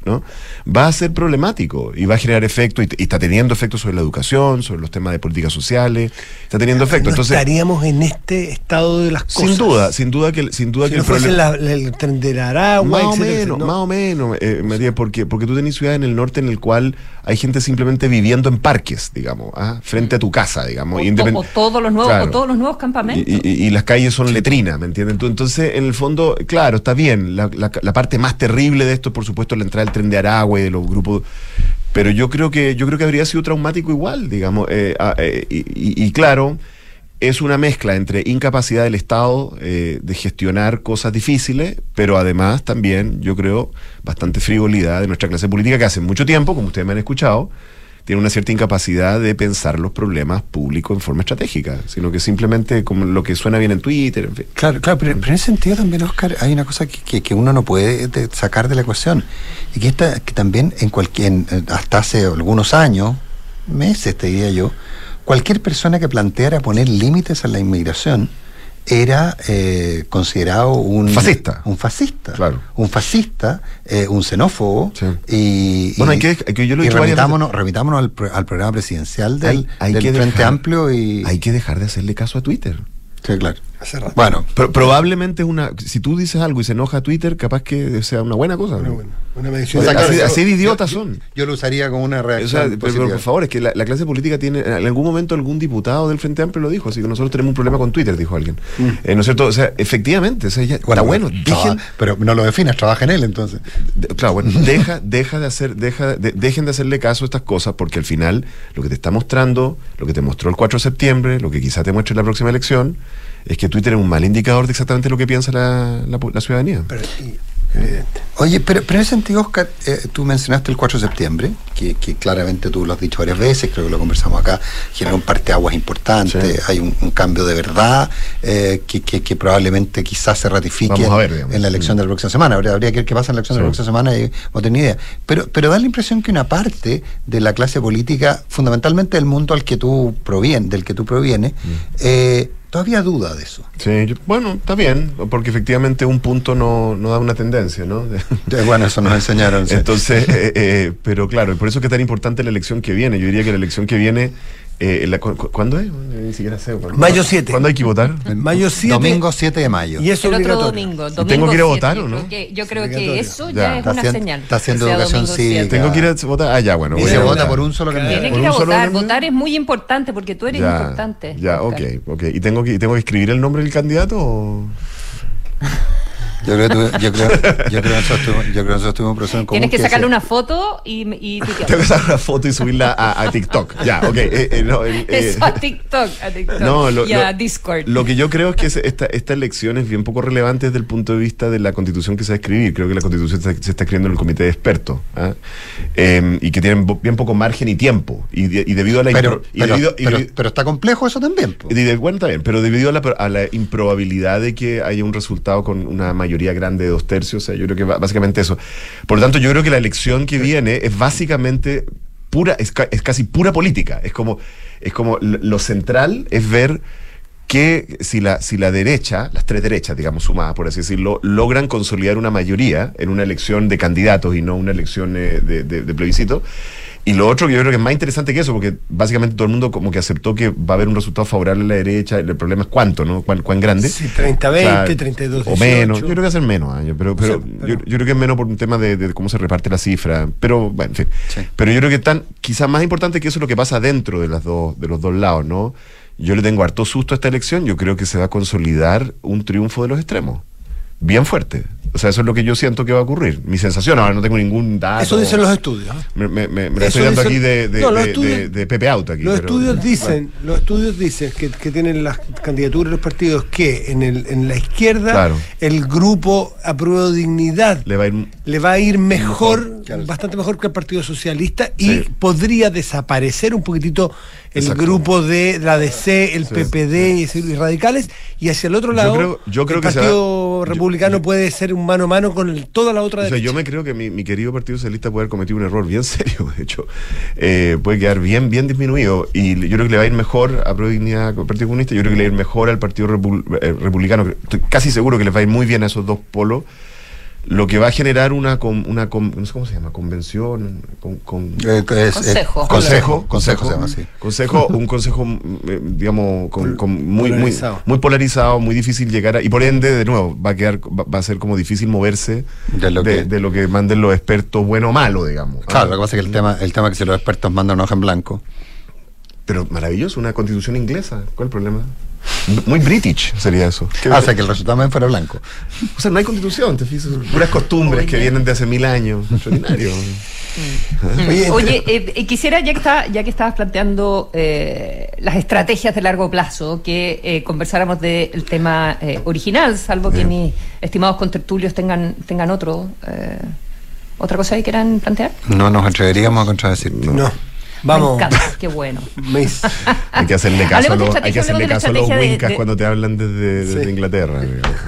¿no? Va a ser problemático y va a generar efectos, y, y está teniendo efectos sobre la educación, sobre los temas de políticas sociales, está teniendo efectos. No Entonces, estaríamos en este estado de las cosas. sin duda, sin duda que, sin duda si que no el fuese problema... la, el tren de Aragua, Más o etcétera, menos, etcétera, ¿no? más o menos, eh, Matías, porque, porque tú tenés ciudades en el norte en el cual hay gente simplemente viviendo en parques, digamos, ¿ah? Frente a tu casa, digamos. O, independ- to- o todos los nuevos, Claro. o todos los nuevos campamentos. Y, y- y las calles son letrinas, ¿me entiendes? Entonces, en el fondo, claro, está bien. La, la- la parte más terrible de esto, por supuesto, es la entrada del tren de Aragua y de los grupos. Pero yo creo que, yo creo que habría sido traumático igual, digamos. eh, ah, eh, y, y- y claro, es una mezcla entre incapacidad del Estado eh, de gestionar cosas difíciles, pero además también, yo creo, bastante frivolidad de nuestra clase política que hace mucho tiempo, como ustedes me han escuchado, tiene una cierta incapacidad de pensar los problemas públicos en forma estratégica, sino que simplemente como lo que suena bien en Twitter, en fin. Claro, claro, pero, pero en ese sentido también, Oscar, hay una cosa que, que, que uno no puede de- sacar de la ecuación, y que, esta, que también en cualquier, en- hasta hace algunos años, meses te diría yo, cualquier persona que planteara poner límites a la inmigración era eh, considerado un Fascista. un fascista, Claro. un fascista, eh, un xenófobo, Sí. y, Bueno, y- hay que- hay que- yo lo he y dicho varias remitámonos, remitámonos al, pro- al programa presidencial del, Hay- hay del que Frente dejar- Amplio y Hay que dejar de hacerle caso a Twitter. sí, claro. Hace rato. Bueno, Pro- probablemente es una. Si tú dices algo y se enoja Twitter, capaz que sea una buena cosa. Una, ¿no? buena- una medición. O sea, así- claro, así de yo- idiotas yo- son. Yo lo usaría como una O reacción sea, pero, pero, positiva. por favor, es que la, la clase política tiene, en algún momento algún diputado del Frente Amplio lo dijo, así que nosotros tenemos un problema con Twitter, dijo alguien. Eh, ¿No es cierto? O sea, efectivamente, o sea, ya- está bueno, traba- dejen, pero no lo definas, trabaja en él entonces. de- claro, bueno, deja, deja de hacer, deja, de- dejen de hacerle caso a estas cosas, porque al final lo que te está mostrando, lo que te mostró el cuatro de septiembre, lo que quizá te muestre en la próxima elección, es que Twitter es un mal indicador de exactamente lo que piensa la, la, la ciudadanía. Pero, y- evidente. Oye, pero, pero en ese sentido, Oscar, eh, tú mencionaste el cuatro de septiembre, que, que claramente tú lo has dicho varias veces, creo que lo conversamos acá, generó un parteaguas importante, Sí. hay un, un cambio de verdad eh, que, que, que probablemente quizás se ratifique Vamos a ver, digamos. en la elección Mm. de la próxima semana. Habría, habría que ver qué pasa en la elección de la Sí. próxima semana y no tengo ni idea. Pero, pero da la impresión que una parte de la clase política, fundamentalmente del mundo al que tú provienes, del que tú provienes, eh, todavía duda de eso. Sí, yo- bueno, está bien, porque efectivamente un punto no, no da una tendencia, ¿no? Eh, Bueno, eso nos enseñaron. sí. Entonces, eh, eh, pero claro, por eso es que es tan importante la elección que viene. Yo diría que la elección que viene, eh, la- cu- cu- ¿cuándo es? Ni siquiera sé. ¿cuándo? Mayo siete. ¿Cuándo hay que votar? Mayo siete. Domingo siete de mayo. Y es El otro obligatorio. domingo, ¿Y domingo tengo que ir a siete. votar o Yo no? creo que- Yo creo Obligatorio. que eso Ya. ya es Está una haciendo- señal. está haciendo que sea educación domingo cívica. siete. ¿Tengo que ir a votar? Ah, ya, bueno. Y voy se a vota votar. por un solo Claro. candidato. Tienes ¿Por que ir a un solo votar. candidato? Votar es muy importante porque tú eres Ya, importante. ya, ok, Oscar. ok. ¿Y tengo que, y tengo que escribir el nombre del candidato o...? Yo creo que tu- yo creo, yo creo que nosotros tuvimos, yo creo que nosotros tuvimos un proceso en común. Tienes que sacarle decía- una foto y, y tuitearla. Tengo que sacar una foto y subirla a, a TikTok. Ya, ok. eh, eh, no, el, eh, Eso a TikTok, a TikTok No, lo, y a lo- Discord. Lo que yo creo es que es- esta, esta elección es bien poco relevante desde el punto de vista de la constitución que se va a escribir. Creo que la constitución se, se está escribiendo en el comité de expertos, ¿ah? Eh, y que tienen bo- bien poco margen y tiempo. Y, de- y debido a la Pero, impro- y pero, debido- y pero- debido- pero está complejo eso también. po. y de- bueno, está bien, pero debido a la, a la improbabilidad de que haya un resultado con una mayoría grande de dos tercios, o sea, yo creo que ba- básicamente eso. Por lo tanto, yo creo que la elección que viene es básicamente pura, es, ca- es casi pura política. Es como, es como l- lo central es ver que si la, si la derecha, las tres derechas, digamos, sumadas, por así decirlo, logran consolidar una mayoría en una elección de candidatos y no una elección eh, de, de- de plebiscito. Y lo otro que yo creo que es más interesante que eso, porque básicamente todo el mundo como que aceptó que va a haber un resultado favorable a la derecha, el problema es cuánto, ¿no? ¿Cuán, cuán grande? Sí, treinta veinte, Claro, treinta y dos o dieciocho. menos, yo creo que va a ser menos, ah, yo- pero, pero, Sí, pero- Yo, yo creo que es menos por un tema de, de cómo se reparte la cifra, pero bueno, en fin. Sí. Pero yo creo que tan, quizás más importante que eso es lo que pasa dentro de las dos, de los dos lados, ¿no? Yo le tengo harto susto a esta elección, yo creo que se va a consolidar un triunfo de los extremos, bien fuerte. O sea, eso es lo que yo siento que va a ocurrir. Mi sensación, ahora no tengo ningún dato. Eso dicen los estudios. ¿eh? Me, me, me- me la Eso estoy dando dicen- aquí de, de, No, los de- estudios- de- de Pepe Auto aquí. Los pero- estudios dicen, los estudios dicen que, que tienen las candidaturas de los partidos que en el en la izquierda Claro. el grupo Apruebo Dignidad Le va a ir le va a ir mejor, claro. bastante mejor que el Partido Socialista y Sí. podría desaparecer un poquitito el Exacto. grupo de la D C, el Sí, P P D y, ese- y radicales, y hacia el otro lado creo- yo creo el que se Partido va- Republicano yo- puede ser un mano a mano con el- toda la otra O sea, derecha. yo me creo que mi, mi querido Partido Socialista puede haber cometido un error bien serio, de hecho. Eh, puede quedar bien, bien disminuido. Y yo creo que le va a ir mejor a Pro Dignidad al Partido Comunista, yo creo que le va a ir mejor al Partido Repu- eh, Republicano. Estoy casi seguro que les va a ir muy bien a esos dos polos. lo que va a generar una, una no sé cómo se llama, convención, con, con, eh, es, consejo. Eh, consejo, consejo, consejo se llama así. Consejo, un consejo, eh, digamos, con, con muy, polarizado. muy, muy polarizado, muy difícil llegar a, y por ende, de nuevo, va a quedar, va, va a ser como difícil moverse de lo, de, que, de lo que manden los expertos, bueno o malo, digamos. Claro, ah, lo que pasa es que el tema, el tema es que si los expertos mandan una hoja en blanco. Pero maravilloso, una constitución inglesa, ¿cuál es el problema? Muy british sería eso. Ah, o sea, que el resultado también fuera blanco. O sea, no hay constitución, te fijas, puras costumbres Oye. que vienen de hace mil años. Extraordinario. Mm. Oye, Oye eh, quisiera, ya que está, ya que estabas planteando eh, las estrategias de largo plazo, que eh, conversáramos del tema eh, original, salvo que mis estimados contertulios tengan, tengan otro, eh, otra cosa que quieran plantear. No nos atreveríamos a contradecir. No. no. Vamos. Me encanta, qué bueno. Hay que hacerle caso a los, hay que hacerle caso a los wincas de, cuando te hablan desde, desde sí. Inglaterra.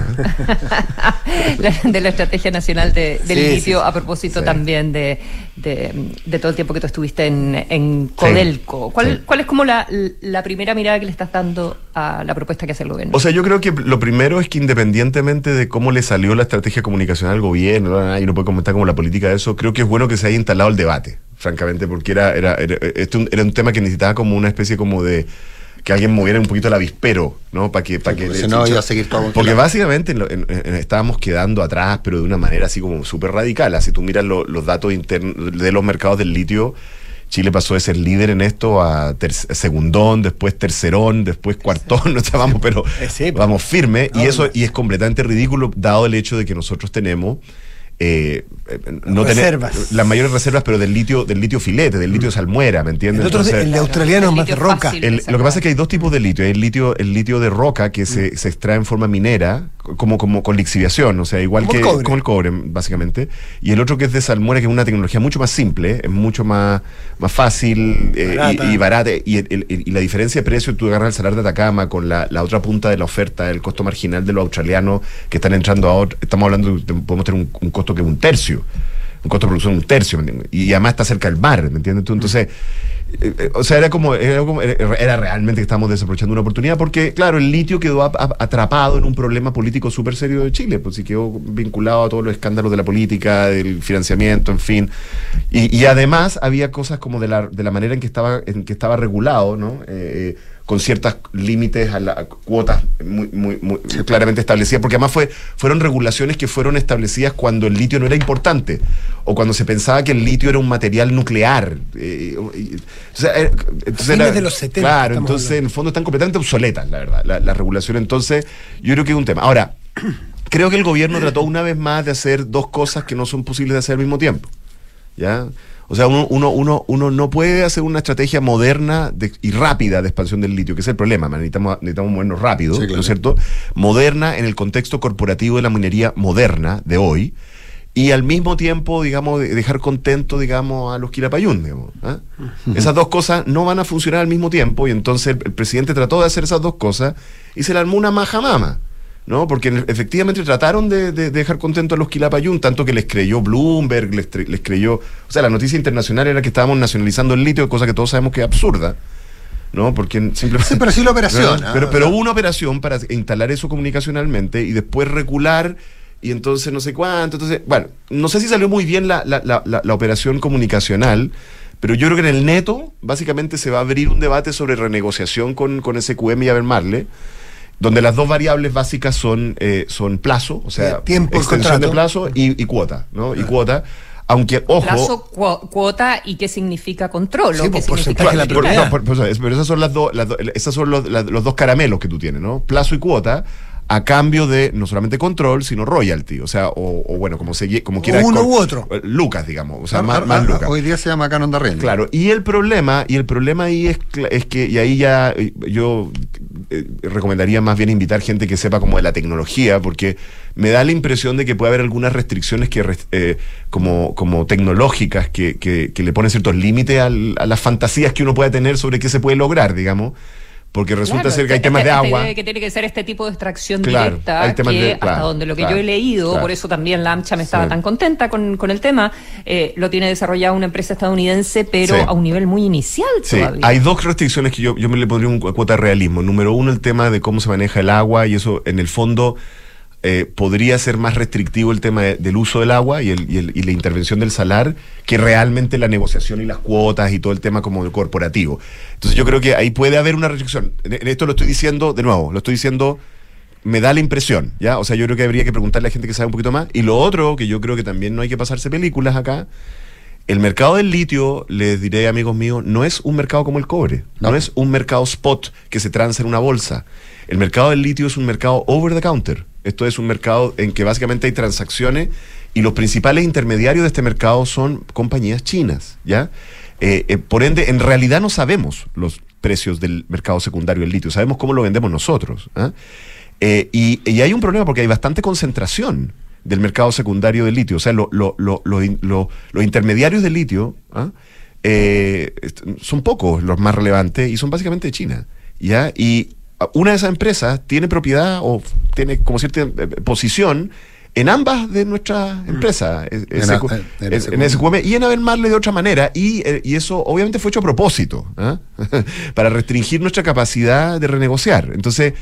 la, de la Estrategia Nacional de, del sí, Litio, sí, a propósito sí. también de, de, de todo el tiempo que tú estuviste en, en Codelco. Sí. ¿Cuál, sí. ¿Cuál es como la, la primera mirada que le estás dando a la propuesta que hace el gobierno? O sea, yo creo que lo primero es que independientemente de cómo le salió la estrategia comunicacional al gobierno, y no puede comentar como la política de eso, creo que es bueno que se haya instalado el debate, francamente, porque era, era, era, este era un tema que necesitaba como una especie como de que alguien moviera un poquito el avispero, ¿no? Para que, para que si no iba a seguir todo. Porque básicamente en, en, en, estábamos quedando atrás, pero de una manera así como súper radical. Si tú miras lo, los datos internos de los mercados del litio, Chile pasó de ser líder en esto a ter- segundón, después tercerón, después cuartón, o sea, vamos, pero sí, vamos firme, no, y eso no. y es completamente ridículo dado el hecho de que nosotros tenemos Eh, no reservas. Tener las mayores reservas, pero del litio, del litio filete, del litio salmuera, ¿me entiendes? El, otro Entonces, de, el de australiano es más de roca. El, lo que pasa es que hay dos tipos de litio. Hay el litio, el litio de roca que mm. se, se extrae en forma minera, como, como con lixiviación, o sea, igual como que el cobre. como el cobre, básicamente. Y el otro que es de salmuera, que es una tecnología mucho más simple, es mucho más, más fácil eh, barata. Y, y barata. Y, el, el, y la diferencia de precio, tú agarras el salar de Atacama con la, la otra punta de la oferta, el costo marginal de los australianos que están entrando ahora, estamos hablando de, podemos tener un, un costo que es un tercio, un costo de producción un tercio, ¿me entiendes? Y además está cerca del mar, ¿me entiendes tú? Entonces, eh, eh, o sea, era como, era como, era realmente que estábamos desaprovechando una oportunidad, porque, claro, el litio quedó a, a, atrapado en un problema político súper serio de Chile, pues sí quedó vinculado a todos los escándalos de la política, del financiamiento, en fin. Y, y además había cosas como de la, de la manera en que estaba, en que estaba regulado, ¿no? Eh, con ciertos límites a las cuotas muy, muy, muy sí. claramente establecidas, porque además fue, fueron regulaciones que fueron establecidas cuando el litio no era importante, o cuando se pensaba que el litio era un material nuclear. Eh, entonces, eh, entonces era, de los setenta. Claro, entonces hablando. En el fondo están completamente obsoletas, la verdad, la, la regulación. Entonces, yo creo que es un tema. Ahora, creo que el gobierno trató una vez más de hacer dos cosas que no son posibles de hacer al mismo tiempo, ¿ya? O sea, uno, uno, uno, uno no puede hacer una estrategia moderna de, y rápida de expansión del litio, que es el problema, man. necesitamos, necesitamos movernos rápido, sí, claro. ¿no es cierto? Moderna en el contexto corporativo de la minería moderna de hoy, y al mismo tiempo, digamos, dejar contento, digamos, a los Quilapayún, digamos, ¿eh? Uh-huh. Esas dos cosas no van a funcionar al mismo tiempo, y entonces el, el presidente trató de hacer esas dos cosas y se le armó una majamama, ¿no? Porque efectivamente trataron de, de, de dejar contentos a los Quilapayún, tanto que les creyó Bloomberg, les, les creyó... O sea, la noticia internacional era que estábamos nacionalizando el litio, cosa que todos sabemos que es absurda, ¿no? Porque simplemente... Sí, pero sí la operación. ¿no? ¿eh? Pero, pero hubo una operación para instalar eso comunicacionalmente y después recular, y entonces no sé cuánto, entonces... Bueno, no sé si salió muy bien la, la, la, la, la operación comunicacional, pero yo creo que en el neto, básicamente se va a abrir un debate sobre renegociación con, con S Q M y Albemarle, donde las dos variables básicas son, eh, son plazo, o sea, tiempo, extensión de plazo y, y cuota, ¿no? Y cuota, aunque, ojo... Plazo, cu- cuota y qué significa control. Sí, pues, por significa la por, no, por, por, pero esas son las dos, las do, esas son los, las, los dos caramelos que tú tienes, ¿no? Plazo y cuota, a cambio de no solamente control, sino royalty, o sea, o, o bueno, como se como quiera... Uno u otro. Lucas, digamos, o sea, ah, más, ah, más ah, lucas. Hoy día se llama canon de arriendo. Claro, y el problema, y el problema ahí es, es que, y ahí ya yo eh, recomendaría más bien invitar gente que sepa como de la tecnología, porque me da la impresión de que puede haber algunas restricciones que eh, como, como tecnológicas que, que, que le ponen ciertos límites al, a las fantasías que uno puede tener sobre qué se puede lograr, digamos. Porque resulta claro, ser que hay temas de agua. Que tiene que ser este tipo de extracción claro, directa, hay temas que de, claro, hasta donde lo que claro, yo he leído, claro. por eso también la AMCHA me estaba sí. tan contenta con, con el tema, eh, lo tiene desarrollado una empresa estadounidense, pero sí. a un nivel muy inicial sí. todavía. Hay dos restricciones que yo, yo me le pondría una cuota de realismo. Número uno, el tema de cómo se maneja el agua, y eso en el fondo eh, podría ser más restrictivo el tema de, del uso del agua y, el, y, el, y la intervención del salar que realmente la negociación y las cuotas y todo el tema como corporativo. Entonces yo creo que ahí puede haber una restricción. En esto lo estoy diciendo, de nuevo, lo estoy diciendo, me da la impresión, ¿ya? O sea, yo creo que habría que preguntarle a gente que sabe un poquito más. Y lo otro, que yo creo que también no hay que pasarse películas acá, el mercado del litio, les diré, amigos míos, no es un mercado como el cobre, no, no es un mercado spot que se transa en una bolsa. El mercado del litio es un mercado over the counter. Esto es un mercado en que básicamente hay transacciones y los principales intermediarios de este mercado son compañías chinas, ¿ya? Eh, eh, por ende, en realidad no sabemos los precios del mercado secundario del litio, sabemos cómo lo vendemos nosotros, ¿eh? Eh, y, y hay un problema porque hay bastante concentración del mercado secundario del litio. O sea, lo, lo, lo, lo, lo, los intermediarios del litio ¿ah? eh, son pocos los más relevantes y son básicamente de China, ¿ya? Y una de esas empresas tiene propiedad o tiene como cierta posición en ambas de nuestras empresas, en, en, en, en S Q M y en Abenmarle de otra manera, y, y eso obviamente fue hecho a propósito, ¿eh? para restringir nuestra capacidad de renegociar. Entonces,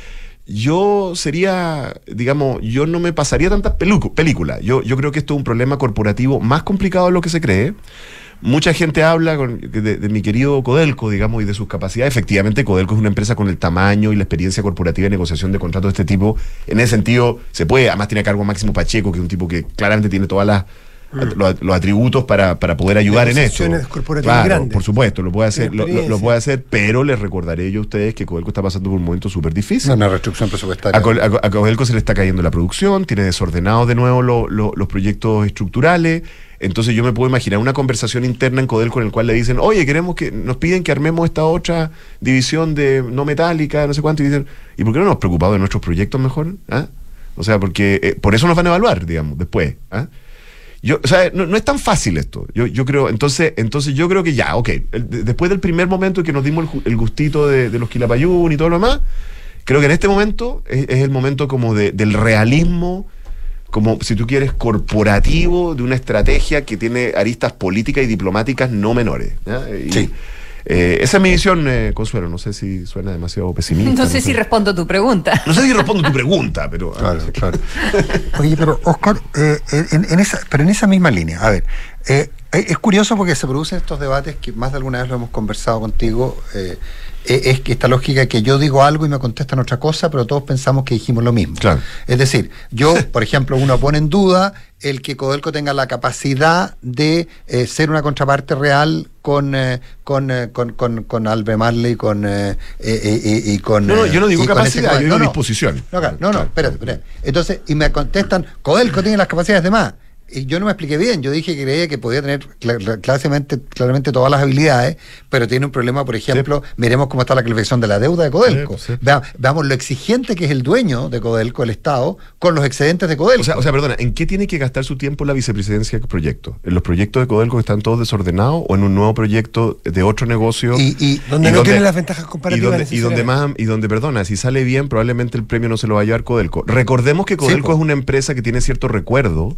yo sería, digamos, yo no me pasaría tantas películas. Yo, yo creo que esto es un problema corporativo más complicado de lo que se cree. Mucha gente habla con, de, de mi querido Codelco, digamos, y de sus capacidades. Efectivamente, Codelco es una empresa con el tamaño y la experiencia corporativa de negociación de contratos de este tipo. En ese sentido, se puede. Además, tiene a cargo a Máximo Pacheco, que es un tipo que claramente tiene todas las Mm. Los, los atributos para, para poder ayudar en esto. Corporativas claro, grandes. Por supuesto, lo puede hacer, lo, lo, lo puede hacer, pero les recordaré yo a ustedes que Codelco está pasando por un momento súper difícil. No, una restricción presupuestaria. A, Co, a, a Codelco se le está cayendo la producción, tiene desordenados de nuevo lo, lo, los proyectos estructurales. Entonces yo me puedo imaginar una conversación interna en Codelco en el cual le dicen, oye, queremos que nos piden que armemos esta otra división de no metálica, no sé cuánto, y dicen, ¿y por qué no nos preocupamos de nuestros proyectos mejor? ¿Ah? O sea, porque eh, por eso nos van a evaluar, digamos, después. ¿Ah? Yo, o sea, no, no es tan fácil esto. Yo, yo creo, entonces, entonces yo creo que ya, ok, el, de, después del primer momento que nos dimos el, el gustito de, de los Quilapayún y todo lo demás, creo que en este momento es, es el momento como de, del realismo, como si tú quieres, corporativo, de una estrategia que tiene aristas políticas y diplomáticas no menores. ¿Ya? Y, sí. Eh, esa es mi visión, eh, Consuelo. No sé si suena demasiado pesimista. No sé, no sé si respondo tu pregunta. No sé si respondo tu pregunta, pero... Claro, ah, claro. Oye, pero Oscar, eh, en, en esa, pero en esa misma línea, a ver, eh, es curioso porque se producen estos debates que más de alguna vez lo hemos conversado contigo, eh, es que esta lógica que yo digo algo y me contestan otra cosa, pero todos pensamos que dijimos lo mismo. Claro. Es decir, yo, por ejemplo, uno pone en duda el que Codelco tenga la capacidad de eh, ser una contraparte real con eh, con, eh, con con con Albemarle y con eh, eh, eh, y con no, no, yo no digo capacidad, ese, yo digo no, disposición. No, no, no, no, espérate, espérate. Entonces, y me contestan, Codelco tiene las capacidades de más. Y yo no me expliqué bien, yo dije que creía que podía tener cl- claramente, claramente todas las habilidades, pero tiene un problema, por ejemplo, sí. Miremos cómo está la calificación de la deuda de Codelco. Sí, sí. Ve- veamos lo exigente que es el dueño de Codelco, el Estado, con los excedentes de Codelco. O sea, o sea, perdona, ¿en qué tiene que gastar su tiempo la vicepresidencia de proyectos? ¿En los proyectos de Codelco que están todos desordenados o en un nuevo proyecto de otro negocio? Y, y donde y no tiene las ventajas comparativas. Y donde, y donde más, y donde, perdona, si sale bien, probablemente el premio no se lo va a llevar Codelco. Recordemos que Codelco sí, es una empresa que tiene cierto recuerdo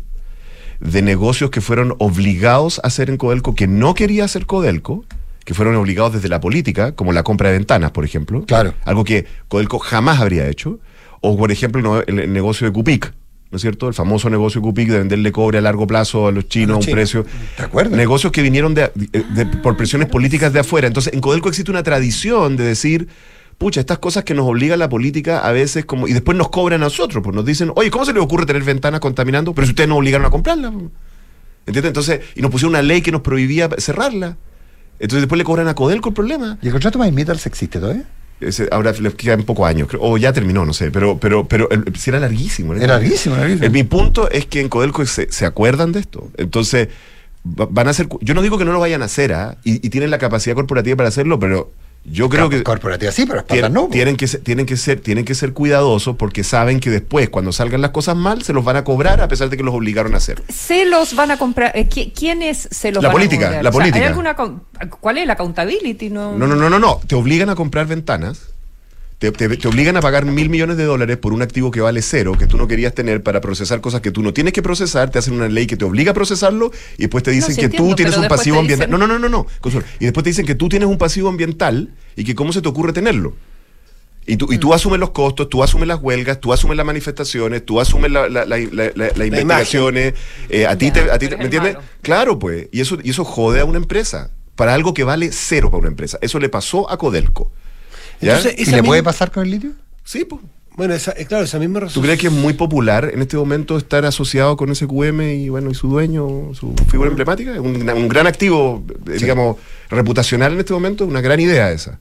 de negocios que fueron obligados a hacer en Codelco, que no quería hacer Codelco, que fueron obligados desde la política, como la compra de ventanas, por ejemplo. Claro. Algo que Codelco jamás habría hecho. O, por ejemplo, el, el negocio de Cupic, ¿no es cierto? El famoso negocio de Cupic de venderle cobre a largo plazo a los chinos a, los a un chinos. precio. ¿Te acuerdas? Negocios que vinieron de, de, de, por presiones políticas de afuera. Entonces, en Codelco existe una tradición de decir, pucha, estas cosas que nos obliga la política a veces como, y después nos cobran a nosotros, pues nos dicen, oye, ¿cómo se les ocurre tener ventanas contaminando? Pero si ustedes nos obligaron a comprarlas, ¿entiendes? Entonces, y nos pusieron una ley que nos prohibía cerrarla. Entonces después le cobran a Codelco el problema. ¿Y el contrato más Metals existe todavía? Ese, ahora le quedan pocos años, creo, o ya terminó, no sé, pero pero pero el, si era larguísimo. Era larguísimo, larguísimo. El, mi punto es que en Codelco se, se acuerdan de esto. Entonces, van a hacer, yo no digo que no lo vayan a hacer, ¿eh? y, y tienen la capacidad corporativa para hacerlo, pero yo creo que corporativa sí, pero tienen, no. Tienen que ser, tienen que ser, tienen que ser cuidadosos porque saben que después, cuando salgan las cosas mal, se los van a cobrar a pesar de que los obligaron a hacer. Se los van a comprar. Eh, ¿Quiénes se los la van política, a cobrar? La o sea, política. ¿hay alguna, ¿cuál es la accountability? No, no, no, no, no, no. Te obligan a comprar ventanas. Te, te, te obligan a pagar mil millones de dólares por un activo que vale cero, que tú no querías tener para procesar cosas que tú no tienes que procesar, te hacen una ley que te obliga a procesarlo y después te dicen no, sí, que entiendo, tú tienes un pasivo ambiental. Dicen... No, no, no, no, no. Y después te dicen que tú tienes un pasivo ambiental y que cómo se te ocurre tenerlo. Y tú, y tú asumes los costos, tú asumes las huelgas, tú asumes las manifestaciones, tú asumes la, la, la, la, la, las investigaciones, eh, a ti te, a ti te, ¿me entiendes? Claro, pues, y eso, y eso jode a una empresa, para algo que vale cero para una empresa. Eso le pasó a Codelco. ¿Ya? Entonces, ¿y le misma... puede pasar con el litio? Sí, pues. Bueno, esa, claro, esa misma razón. ¿Tú crees que es muy popular en este momento estar asociado con ese Q M y bueno y su dueño, su figura emblemática? Es un, un gran activo, sí. digamos, reputacional en este momento, una gran idea esa.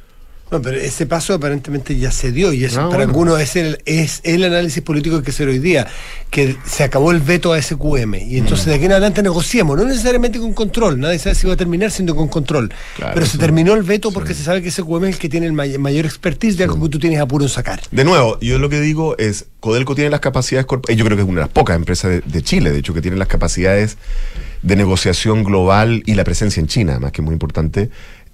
No, pero ese paso aparentemente ya se dio y eso no, para bueno. algunos es el, es el análisis político que hay que hacer hoy día, que se acabó el veto a ese Q M y entonces de aquí en adelante negociemos, no necesariamente con control, nadie sabe si va a terminar siendo con control, claro, pero se terminó el veto porque sí. se sabe que ese Q M es el que tiene el may mayor expertise de algo sí. que tú tienes apuro en sacar. De nuevo, yo lo que digo es, Codelco tiene las capacidades, y yo creo que es una de las pocas empresas de, de Chile, de hecho, que tiene las capacidades de negociación global y la presencia en China, más que muy importante,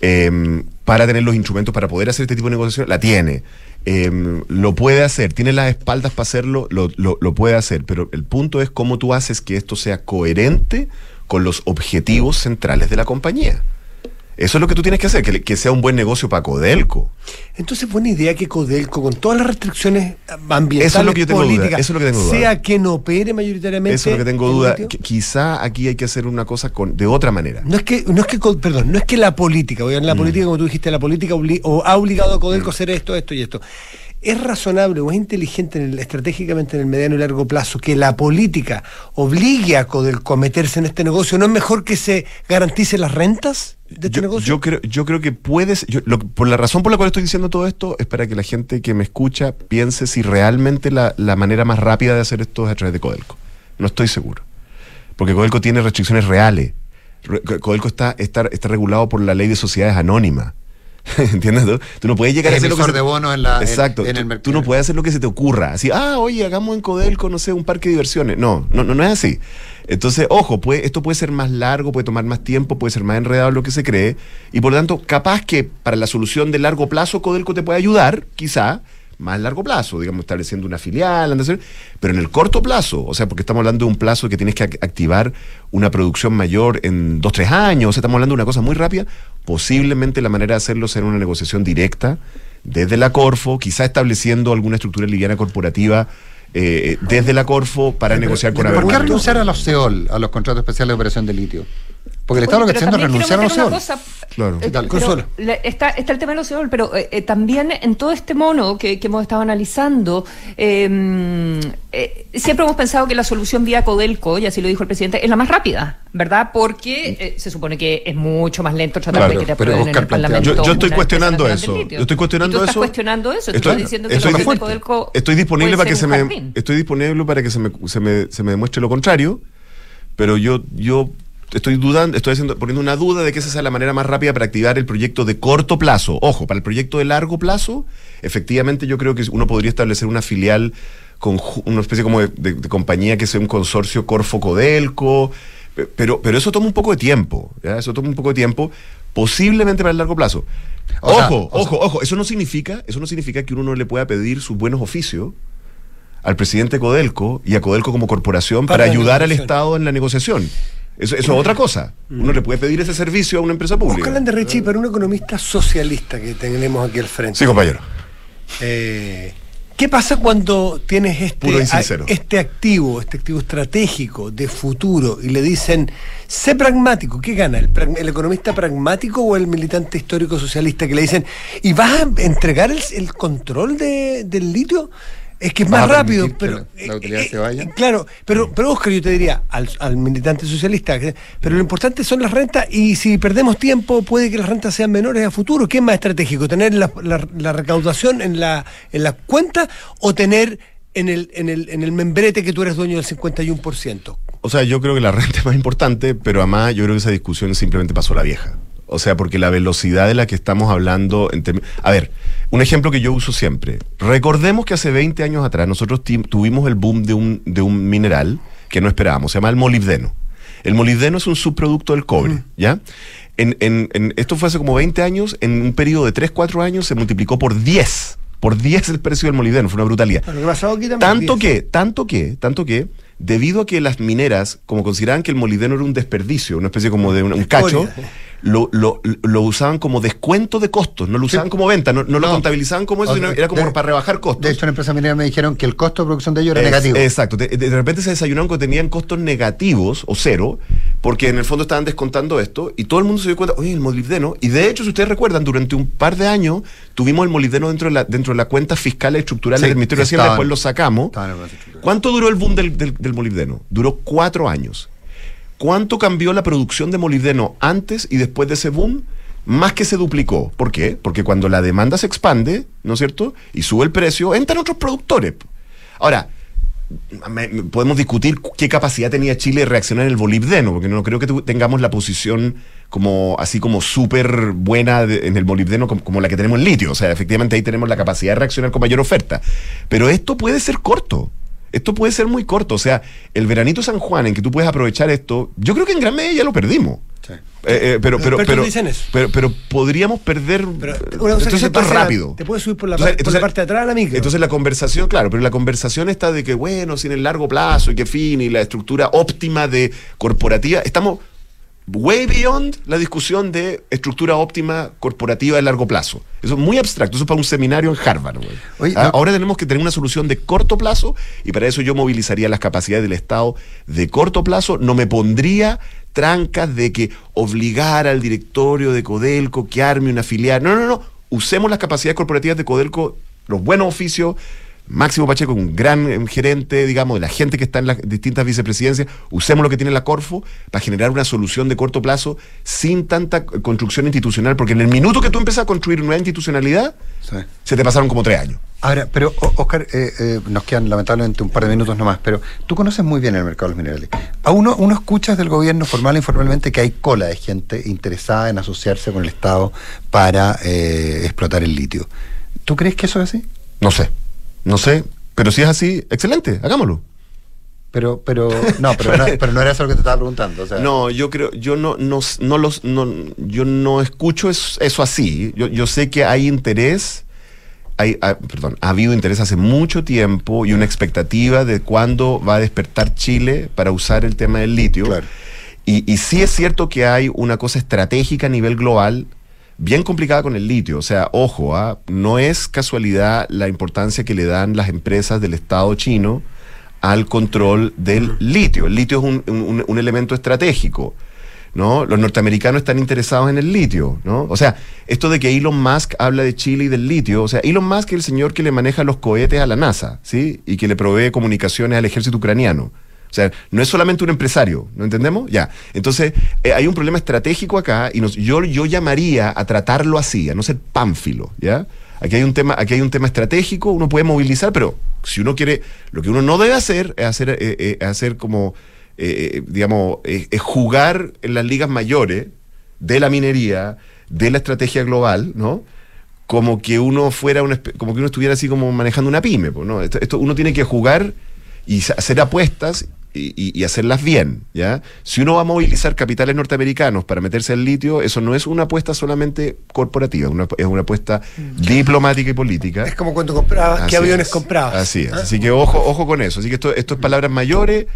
Eh, para tener los instrumentos para poder hacer este tipo de negociación, la tiene. Eh, lo puede hacer, tiene las espaldas para hacerlo, lo, lo, lo puede hacer, pero el punto es cómo tú haces que esto sea coherente con los objetivos centrales de la compañía. Eso es lo que tú tienes que hacer, que, que sea un buen negocio para Codelco. Entonces, buena idea que Codelco, con todas las restricciones ambientales, eso es lo que yo tengo políticas, duda, eso es lo que tengo duda. sea quien opere mayoritariamente. Eso es lo que tengo duda. Que quizá aquí hay que hacer una cosa con, de otra manera. No es que, no es que, perdón, no es que la política, voy a la mm. política, como tú dijiste, la política obli o ha obligado a Codelco mm. a hacer esto, esto y esto. ¿Es razonable o es inteligente en el, estratégicamente en el mediano y largo plazo que la política obligue a Codelco a meterse en este negocio? ¿No es mejor que se garantice las rentas de este yo, negocio? Yo creo, yo creo que puedes, yo, lo, por la razón por la cual estoy diciendo todo esto es para que la gente que me escucha piense si realmente la, la manera más rápida de hacer esto es a través de Codelco. No estoy seguro. Porque Codelco tiene restricciones reales. Codelco está, está, está regulado por la ley de sociedades anónimas. ¿Entiendes? ¿Tú? Tú no puedes llegar a hacer lo que se... de bonos en la Exacto. En, en el tú, mercado. Tú no puedes hacer lo que se te ocurra. Así, ah, oye, hagamos en Codelco, no sé, un parque de diversiones. No, no, no, no es así. Entonces, ojo, puede, esto puede ser más largo, puede tomar más tiempo, puede ser más enredado de lo que se cree. Y por lo tanto, capaz que para la solución de largo plazo Codelco te puede ayudar, quizá, más largo plazo, digamos, estableciendo una filial, pero en el corto plazo, o sea, porque estamos hablando de un plazo que tienes que activar una producción mayor en dos, tres años, o sea, estamos hablando de una cosa muy rápida, posiblemente la manera de hacerlo será una negociación directa desde la Corfo, quizá estableciendo alguna estructura liviana corporativa eh, desde la Corfo para pero, negociar con ¿Por qué renunciar a los C E O L, a los contratos especiales de operación de litio? Porque el Estado lo que está haciendo es renunciar a los C E O L. Claro. Eh, pero, está, está el tema de los C E O L, pero eh, también en todo este mono que, que hemos estado analizando, eh, eh, siempre hemos pensado que la solución vía Codelco, y así lo dijo el presidente, es la más rápida, ¿verdad? Porque eh, se supone que es mucho más lento tratar claro, de que te aprueben en el Parlamento. Yo, yo estoy cuestionando eso. Yo estoy cuestionando ¿Y tú estás eso. cuestionando eso. Estoy, tú estás diciendo que estoy, la de Codelco estoy disponible para que se me estoy disponible para que se me, se me se me demuestre lo contrario, pero yo yo estoy dudando, estoy haciendo, poniendo una duda de que esa sea la manera más rápida para activar el proyecto de corto plazo. Ojo, para el proyecto de largo plazo, efectivamente yo creo que uno podría establecer una filial con una especie como de, de, de compañía que sea un consorcio Corfo-Codelco, pero, pero eso toma un poco de tiempo, ¿ya? Eso toma un poco de tiempo, posiblemente para el largo plazo. O ojo, sea, ojo, sea, ojo, eso no significa, eso no significa que uno no le pueda pedir sus buenos oficios al presidente Codelco y a Codelco como corporación para, para ayudar al Estado en la negociación. Eso, eso es otra cosa. Uno le puede pedir ese servicio a una empresa pública. Oscar Landerrechi, para un economista socialista que tenemos aquí al frente. Sí, compañero. Eh, ¿Qué pasa cuando tienes este, a, este activo, este activo estratégico de futuro y le dicen, sé pragmático? ¿Qué gana? ¿El, el economista pragmático o el militante histórico socialista que le dicen, ¿y vas a entregar el, el control de, del litio? Es que es más rápido, pero la, la utilidad eh, se vaya. Eh, claro, pero, pero Oscar, yo te diría al, al militante socialista, pero lo importante son las rentas y si perdemos tiempo puede que las rentas sean menores a futuro. ¿Qué es más estratégico? ¿Tener la, la, la recaudación en la en la cuenta o tener en el, en el en el membrete que tú eres dueño del cincuenta y uno por ciento? O sea, yo creo que la renta es más importante, pero además yo creo que esa discusión simplemente pasó la vieja. O sea, porque la velocidad de la que estamos hablando... En a ver, un ejemplo que yo uso siempre. Recordemos que hace veinte años atrás nosotros tuvimos el boom de un, de un mineral que no esperábamos. Se llama el molibdeno. El molibdeno es un subproducto del cobre, mm. ¿ya? En, en, en, esto fue hace como veinte años. En un periodo de tres, cuatro años se multiplicó por diez. Por diez el precio del molibdeno. Fue una brutalidad. Bueno, ¿qué pasó aquí también? Tanto que, tanto que, tanto que... Debido a que las mineras, como consideraban que el molibdeno era un desperdicio, una especie como de un, un cacho, lo, lo, lo usaban como descuento de costos, no lo usaban sí. como venta, no, no, no lo contabilizaban como eso, sino era como de, para rebajar costos. De hecho, en empresa minera me dijeron que el costo de producción de ellos era es, negativo. Exacto, de, de repente se desayunaron que tenían costos negativos o cero, porque en el fondo estaban descontando esto, y todo el mundo se dio cuenta, oye, el molibdeno, y de hecho, si ustedes recuerdan, durante un par de años tuvimos el molibdeno dentro de la, dentro de la cuenta fiscal y estructural sí, del Ministerio de Hacienda, después lo sacamos. ¿Cuánto duró el boom del, del, del molibdeno? Duró cuatro años. ¿Cuánto cambió la producción de molibdeno antes y después de ese boom? Más que se duplicó. ¿Por qué? Porque cuando la demanda se expande, ¿no es cierto?, y sube el precio, entran otros productores. Ahora, me, me, podemos discutir qué capacidad tenía Chile de reaccionar en el molibdeno, porque no creo que tengamos la posición como así como súper buena de, en el molibdeno como, como la que tenemos en litio. O sea, efectivamente ahí tenemos la capacidad de reaccionar con mayor oferta. Pero esto puede ser corto. Esto puede ser muy corto. O sea, el veranito San Juan en que tú puedes aprovechar esto, yo creo que en gran medida ya lo perdimos. Sí. Eh, eh, pero, pero, pero, pero, pero, pero podríamos perder. Pero, entonces esto es rápido. Te puedes subir por la, entonces, par, por entonces, la parte de atrás de la micro. Entonces la conversación, claro, pero la conversación está de que, bueno, sin el largo plazo y qué fin, y la estructura óptima de corporativa. Estamos way beyond la discusión de estructura óptima corporativa de largo plazo. Eso es muy abstracto, eso es para un seminario en Harvard. Oye, ¿Ah? no. Ahora tenemos que tener una solución de corto plazo, y para eso yo movilizaría las capacidades del Estado de corto plazo. No me pondría trancas de que obligar al directorio de Codelco que arme una filial. No, no, no. Usemos las capacidades corporativas de Codelco, los buenos oficios. Máximo Pacheco, un gran gerente, digamos, de la gente que está en las distintas vicepresidencias. Usemos lo que tiene la Corfo para generar una solución de corto plazo sin tanta construcción institucional, porque en el minuto que tú empiezas a construir nueva institucionalidad, sí. se te pasaron como tres años. Ahora, pero Oscar, eh, eh, nos quedan lamentablemente un par de minutos nomás, pero tú conoces muy bien el mercado de los minerales. A uno, uno escuchas del gobierno formal e informalmente que hay cola de gente interesada en asociarse con el Estado para eh, explotar el litio. ¿Tú crees que eso es así? No sé. No sé, pero si es así, excelente, hagámoslo. Pero, pero, no, pero no, pero no era eso lo que te estaba preguntando. O sea. No, yo creo, yo no, no, no los, no, yo no escucho eso, eso así. Yo, yo sé que hay interés, hay, hay, perdón, ha habido interés hace mucho tiempo y una expectativa de cuándo va a despertar Chile para usar el tema del litio. Claro. Y, y sí es cierto que hay una cosa estratégica a nivel global bien complicada con el litio. O sea, ojo, ¿eh? No es casualidad la importancia que le dan las empresas del Estado chino al control del litio. El litio es un, un, un elemento estratégico, ¿no? Los norteamericanos están interesados en el litio, ¿no? O sea, esto de que Elon Musk habla de Chile y del litio, o sea, Elon Musk es el señor que le maneja los cohetes a la NASA, ¿sí? Y que le provee comunicaciones al ejército ucraniano. O sea, no es solamente un empresario, ¿no entendemos? Ya. Entonces, eh, hay un problema estratégico acá, y nos, yo, yo llamaría a tratarlo así, a no ser pánfilo, ¿ya? Aquí hay un tema, aquí hay un tema estratégico, uno puede movilizar, pero si uno quiere, lo que uno no debe hacer es hacer, eh, eh, hacer como, eh, digamos, eh, es jugar en las ligas mayores de la minería, de la estrategia global, ¿no? Como que uno fuera una, como que uno estuviera así como manejando una pyme, ¿no? Esto, esto uno tiene que jugar y hacer apuestas y, y, y hacerlas bien, ¿ya? Si uno va a movilizar capitales norteamericanos para meterse al litio, eso no es una apuesta solamente corporativa, una, es una apuesta mm. diplomática y política. Es como cuando comprabas, qué aviones es, comprabas. Así es, ¿Ah? así que ojo, ojo con eso. Así que esto, esto es palabras mayores,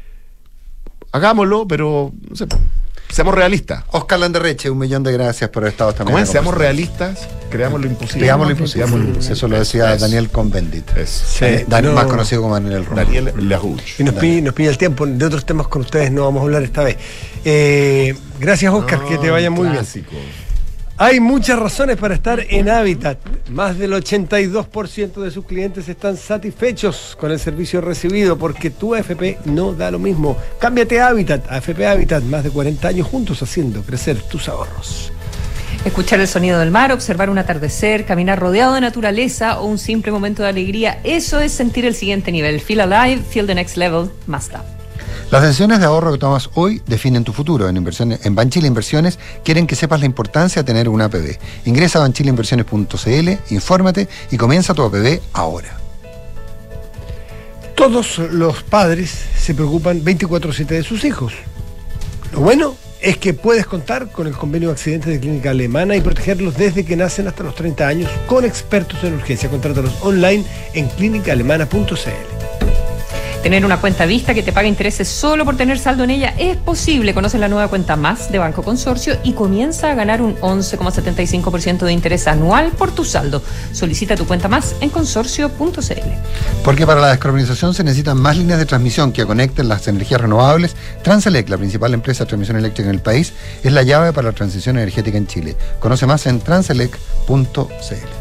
hagámoslo, pero no sé, seamos realistas. Oscar Landerreche, un millón de gracias por haber estado esta mañana. ¿Cómo es? Seamos realistas, creamos lo imposible. Creamos lo imposible. Creamos lo imposible. Eso lo decía es, Daniel Cohn-Bendit. Sí, Dan, no, más conocido como Daniel Romo. Daniel Larouche. Y nos pide, nos pide el tiempo. De otros temas con ustedes no vamos a hablar esta vez. Eh, gracias, Oscar, no, que te vaya muy clásico. bien. Hay muchas razones para estar en Habitat. Más del ochenta y dos por ciento de sus clientes están satisfechos con el servicio recibido, porque tu A F P no da lo mismo. Cámbiate a Habitat. A F P Habitat, más de cuarenta años juntos haciendo crecer tus ahorros. Escuchar el sonido del mar, observar un atardecer, caminar rodeado de naturaleza o un simple momento de alegría, eso es sentir el siguiente nivel. Feel alive, feel the next level, Mazda. Las decisiones de ahorro que tomas hoy definen tu futuro. En inversiones, en Banchile Inversiones quieren que sepas la importancia de tener una A P B. Ingresa a banchile inversiones punto c l, infórmate y comienza tu A P B ahora. Todos los padres se preocupan veinticuatro siete de sus hijos. Lo bueno es que puedes contar con el convenio de accidentes de Clínica Alemana y protegerlos desde que nacen hasta los treinta años con expertos en urgencia. Contrátalos online en clínica alemana punto c l. Tener una cuenta vista que te paga intereses solo por tener saldo en ella es posible. Conoce la nueva cuenta Más de Banco Consorcio y comienza a ganar un once coma setenta y cinco por ciento de interés anual por tu saldo. Solicita tu cuenta Más en consorcio punto c l. Porque para la descarbonización se necesitan más líneas de transmisión que conecten las energías renovables. Transelec, la principal empresa de transmisión eléctrica en el país, es la llave para la transición energética en Chile. Conoce más en transelec punto c l.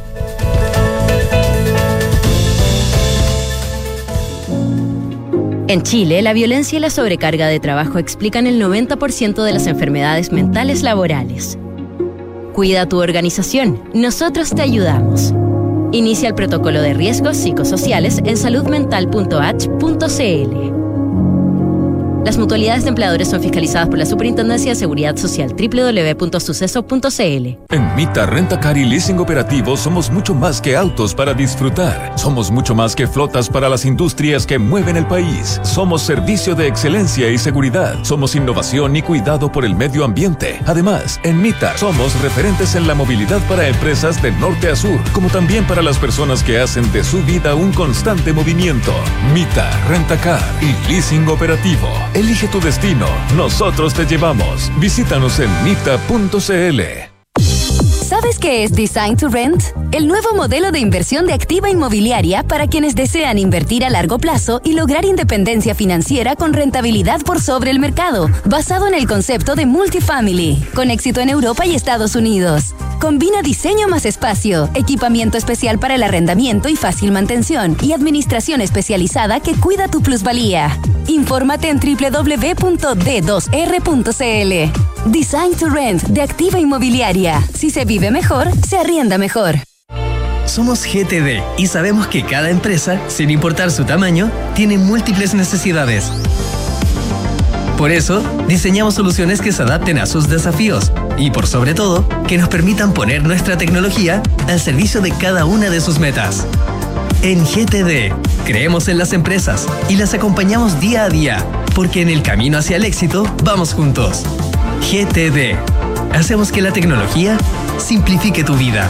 En Chile, la violencia y la sobrecarga de trabajo explican el noventa por ciento de las enfermedades mentales laborales. Cuida tu organización, nosotros te ayudamos. Inicia el protocolo de riesgos psicosociales en salud mental punto h punto c l. Las mutualidades de empleadores son fiscalizadas por la Superintendencia de Seguridad Social doble u doble u doble u punto suceso punto c l. En Mita Rentacar y Leasing Operativo somos mucho más que autos para disfrutar. Somos mucho más que flotas para las industrias que mueven el país. Somos servicio de excelencia y seguridad. Somos innovación y cuidado por el medio ambiente. Además, en Mita somos referentes en la movilidad para empresas de norte a sur, como también para las personas que hacen de su vida un constante movimiento. Mita Rentacar y Leasing Operativo. Elige tu destino, nosotros te llevamos. Visítanos en mita punto c l. ¿Sabes qué es Design to Rent? El nuevo modelo de inversión de activa inmobiliaria para quienes desean invertir a largo plazo y lograr independencia financiera con rentabilidad por sobre el mercado, basado en el concepto de multifamily, con éxito en Europa y Estados Unidos. Combina diseño más espacio, equipamiento especial para el arrendamiento y fácil mantención, y administración especializada que cuida tu plusvalía. Infórmate en doble u doble u doble u punto d dos r punto c l. Design to Rent de Activa Inmobiliaria. Si se vive mejor, se arrienda mejor. Somos G T D y sabemos que cada empresa, sin importar su tamaño, tiene múltiples necesidades. Por eso, diseñamos soluciones que se adapten a sus desafíos y, por sobre todo, que nos permitan poner nuestra tecnología al servicio de cada una de sus metas. En G T D, creemos en las empresas y las acompañamos día a día, porque en el camino hacia el éxito vamos juntos. G T D. Hacemos que la tecnología simplifique tu vida.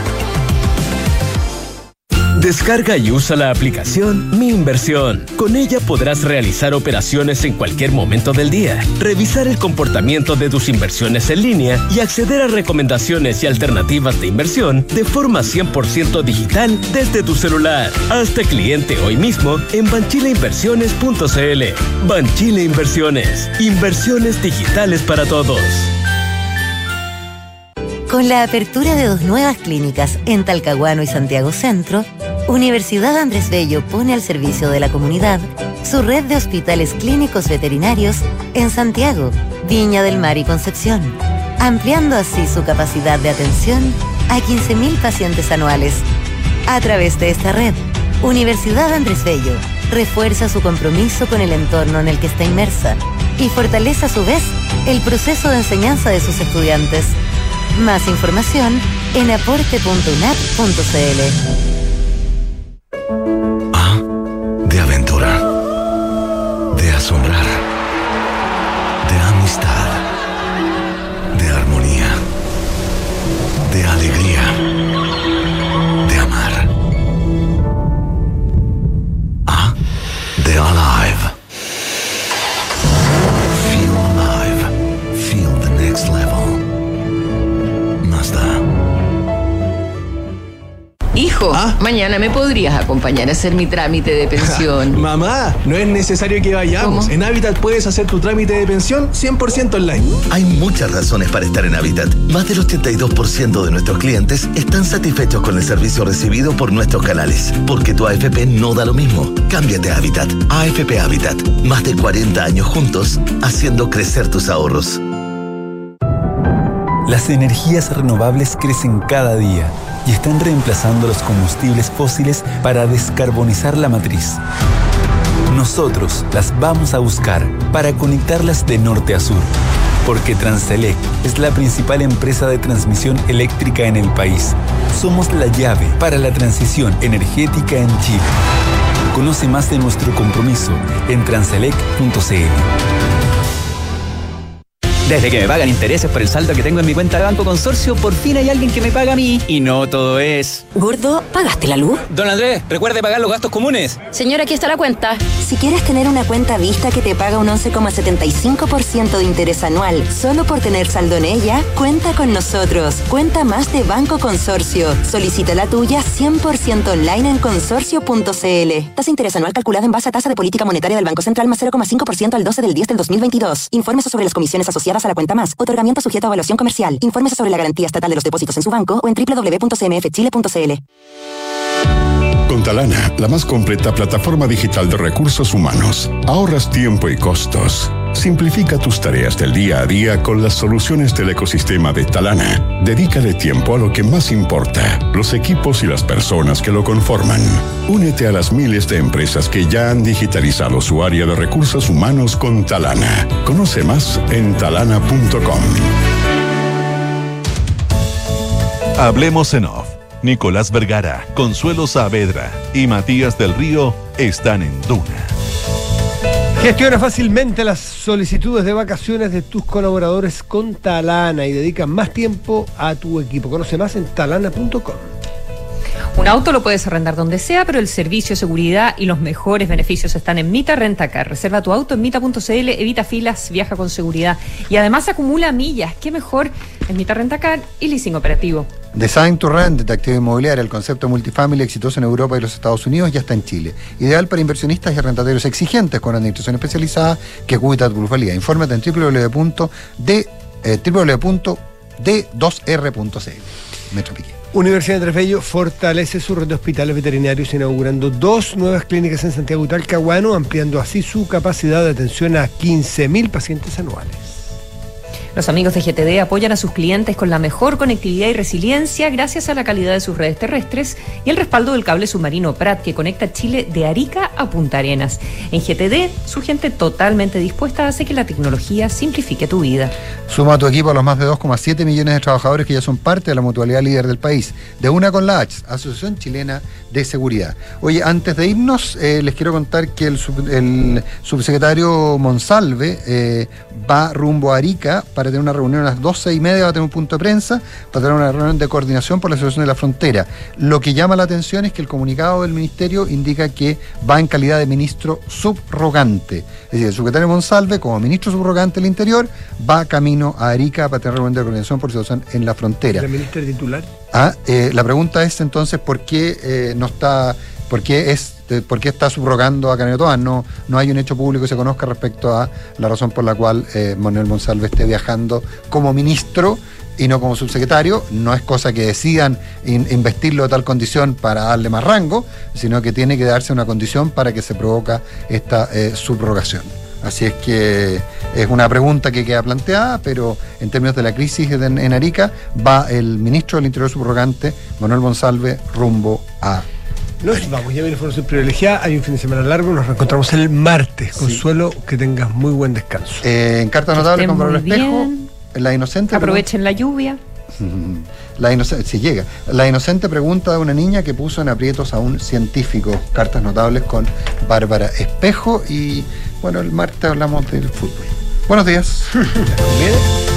Descarga y usa la aplicación Mi Inversión. Con ella podrás realizar operaciones en cualquier momento del día, revisar el comportamiento de tus inversiones en línea y acceder a recomendaciones y alternativas de inversión de forma cien por ciento digital desde tu celular. Hazte cliente hoy mismo en banchile inversiones punto c l. Banchile Inversiones. Inversiones digitales para todos. Con la apertura de dos nuevas clínicas en Talcahuano y Santiago Centro, Universidad Andrés Bello pone al servicio de la comunidad su red de hospitales clínicos veterinarios en Santiago, Viña del Mar y Concepción, ampliando así su capacidad de atención a quince mil pacientes anuales. A través de esta red, Universidad Andrés Bello refuerza su compromiso con el entorno en el que está inmersa y fortalece a su vez el proceso de enseñanza de sus estudiantes. Más información en aporte punto u n a p punto c l. A de aventura, de asombrar, de amistad, de armonía, de alegría, de amar. A de alive. Feel alive. Feel the next level. Hijo, ¿Ah? mañana me podrías acompañar a hacer mi trámite de pensión. Mamá, no es necesario que vayamos. ¿Cómo? En Habitat puedes hacer tu trámite de pensión cien por ciento online. Hay muchas razones para estar en Habitat. Más del ochenta y dos por ciento de nuestros clientes están satisfechos con el servicio recibido por nuestros canales. Porque tu A F P no da lo mismo. Cámbiate a Habitat. A F P Habitat. Más de cuarenta años juntos, haciendo crecer tus ahorros. Las energías renovables crecen cada día y están reemplazando los combustibles fósiles para descarbonizar la matriz. Nosotros las vamos a buscar para conectarlas de norte a sur, porque Transelec es la principal empresa de transmisión eléctrica en el país. Somos la llave para la transición energética en Chile. Conoce más de nuestro compromiso en transelec punto c l. Desde que me pagan intereses por el saldo que tengo en mi cuenta de Banco Consorcio, por fin hay alguien que me paga a mí. Y no todo es... Gordo, ¿pagaste la luz? Don Andrés, recuerde pagar los gastos comunes. Señora, aquí está la cuenta. Si quieres tener una cuenta vista que te paga un once coma setenta y cinco por ciento de interés anual solo por tener saldo en ella, cuenta con nosotros. Cuenta más de Banco Consorcio. Solicita la tuya cien por ciento online en consorcio punto c l. Tasa de interés anual calculada en base a tasa de política monetaria del Banco Central más cero coma cinco por ciento al doce del diez del dos mil veintidós. Infórmese sobre las comisiones asociadas a la cuenta más. Otorgamiento sujeto a evaluación comercial. Infórmese sobre la garantía estatal de los depósitos en su banco o en doble u doble u doble u punto c m f chile punto c l. Con Talana, la más completa plataforma digital de recursos humanos, ahorras tiempo y costos. Simplifica tus tareas del día a día con las soluciones del ecosistema de Talana. Dedícale tiempo a lo que más importa, los equipos y las personas que lo conforman. Únete a las miles de empresas que ya han digitalizado su área de recursos humanos con Talana. Conoce más en talana punto com. Hablemos en off. Nicolás Vergara, Consuelo Saavedra y Matías del Río están en Duna. Gestiona fácilmente las solicitudes de vacaciones de tus colaboradores con Talana y dedica más tiempo a tu equipo. Conoce más en talana punto com. Un auto lo puedes arrendar donde sea, pero el servicio, seguridad y los mejores beneficios están en Mita Rentacar. Reserva tu auto en mita punto c l, evita filas, viaja con seguridad y además acumula millas. ¿Qué mejor? En Mita Rentacar y leasing operativo. Design to Rent de Actividad Inmobiliaria, el concepto multifamily exitoso en Europa y los Estados Unidos, ya está en Chile. Ideal para inversionistas y arrendatarios exigentes con administración especializada que cuida tu plusvalía. Infórmate en doble u doble u doble u punto d dos r punto c l. Metro Piqué. Universidad de Trefello fortalece su red de hospitales veterinarios inaugurando dos nuevas clínicas en Santiago y Talcahuano, ampliando así su capacidad de atención a quince mil pacientes anuales. Los amigos de G T D apoyan a sus clientes con la mejor conectividad y resiliencia gracias a la calidad de sus redes terrestres y el respaldo del cable submarino Prat que conecta Chile de Arica a Punta Arenas. En G T D, su gente totalmente dispuesta hace que la tecnología simplifique tu vida. Suma a tu equipo a los más de dos coma siete millones de trabajadores que ya son parte de la mutualidad líder del país. De una con la H, Asociación Chilena de Seguridad. Oye, antes de irnos, eh, les quiero contar que el, sub, el subsecretario Monsalve eh, va rumbo a Arica para tener una reunión a las doce y media, va a tener un punto de prensa, para tener una reunión de coordinación por la situación de la frontera. Lo que llama la atención es que el comunicado del ministerio indica que va en calidad de ministro subrogante. Es decir, el subsecretario Monsalve, como ministro subrogante del Interior, va camino a Arica para tener reunión de coordinación por la situación en la frontera. ¿La ministra titular? Ah, eh, la pregunta es entonces por qué eh, no está, por qué es, eh, por qué está subrogando a Canelo Toán. No, no hay un hecho público que se conozca respecto a la razón por la cual eh, Manuel Monsalve esté viajando como ministro y no como subsecretario. No es cosa que decidan in, investirlo de tal condición para darle más rango, sino que tiene que darse una condición para que se provoca esta eh, subrogación. Así es que es una pregunta que queda planteada, pero en términos de la crisis en, en Arica, va el ministro del Interior subrogante, Manuel Monsalve, rumbo a Nos Arica. Vamos, ya viene información privilegiada, hay un fin de semana largo, nos reencontramos el martes. Sí. Consuelo, que tengas muy buen descanso. Eh, en Cartas Notables con Pablo Espejo, La Inocente... Aprovechen la lluvia. La inocente, si llega. La Inocente pregunta de una niña que puso en aprietos a un científico. Cartas Notables con Bárbara Espejo y bueno, el martes hablamos del fútbol. Buenos días.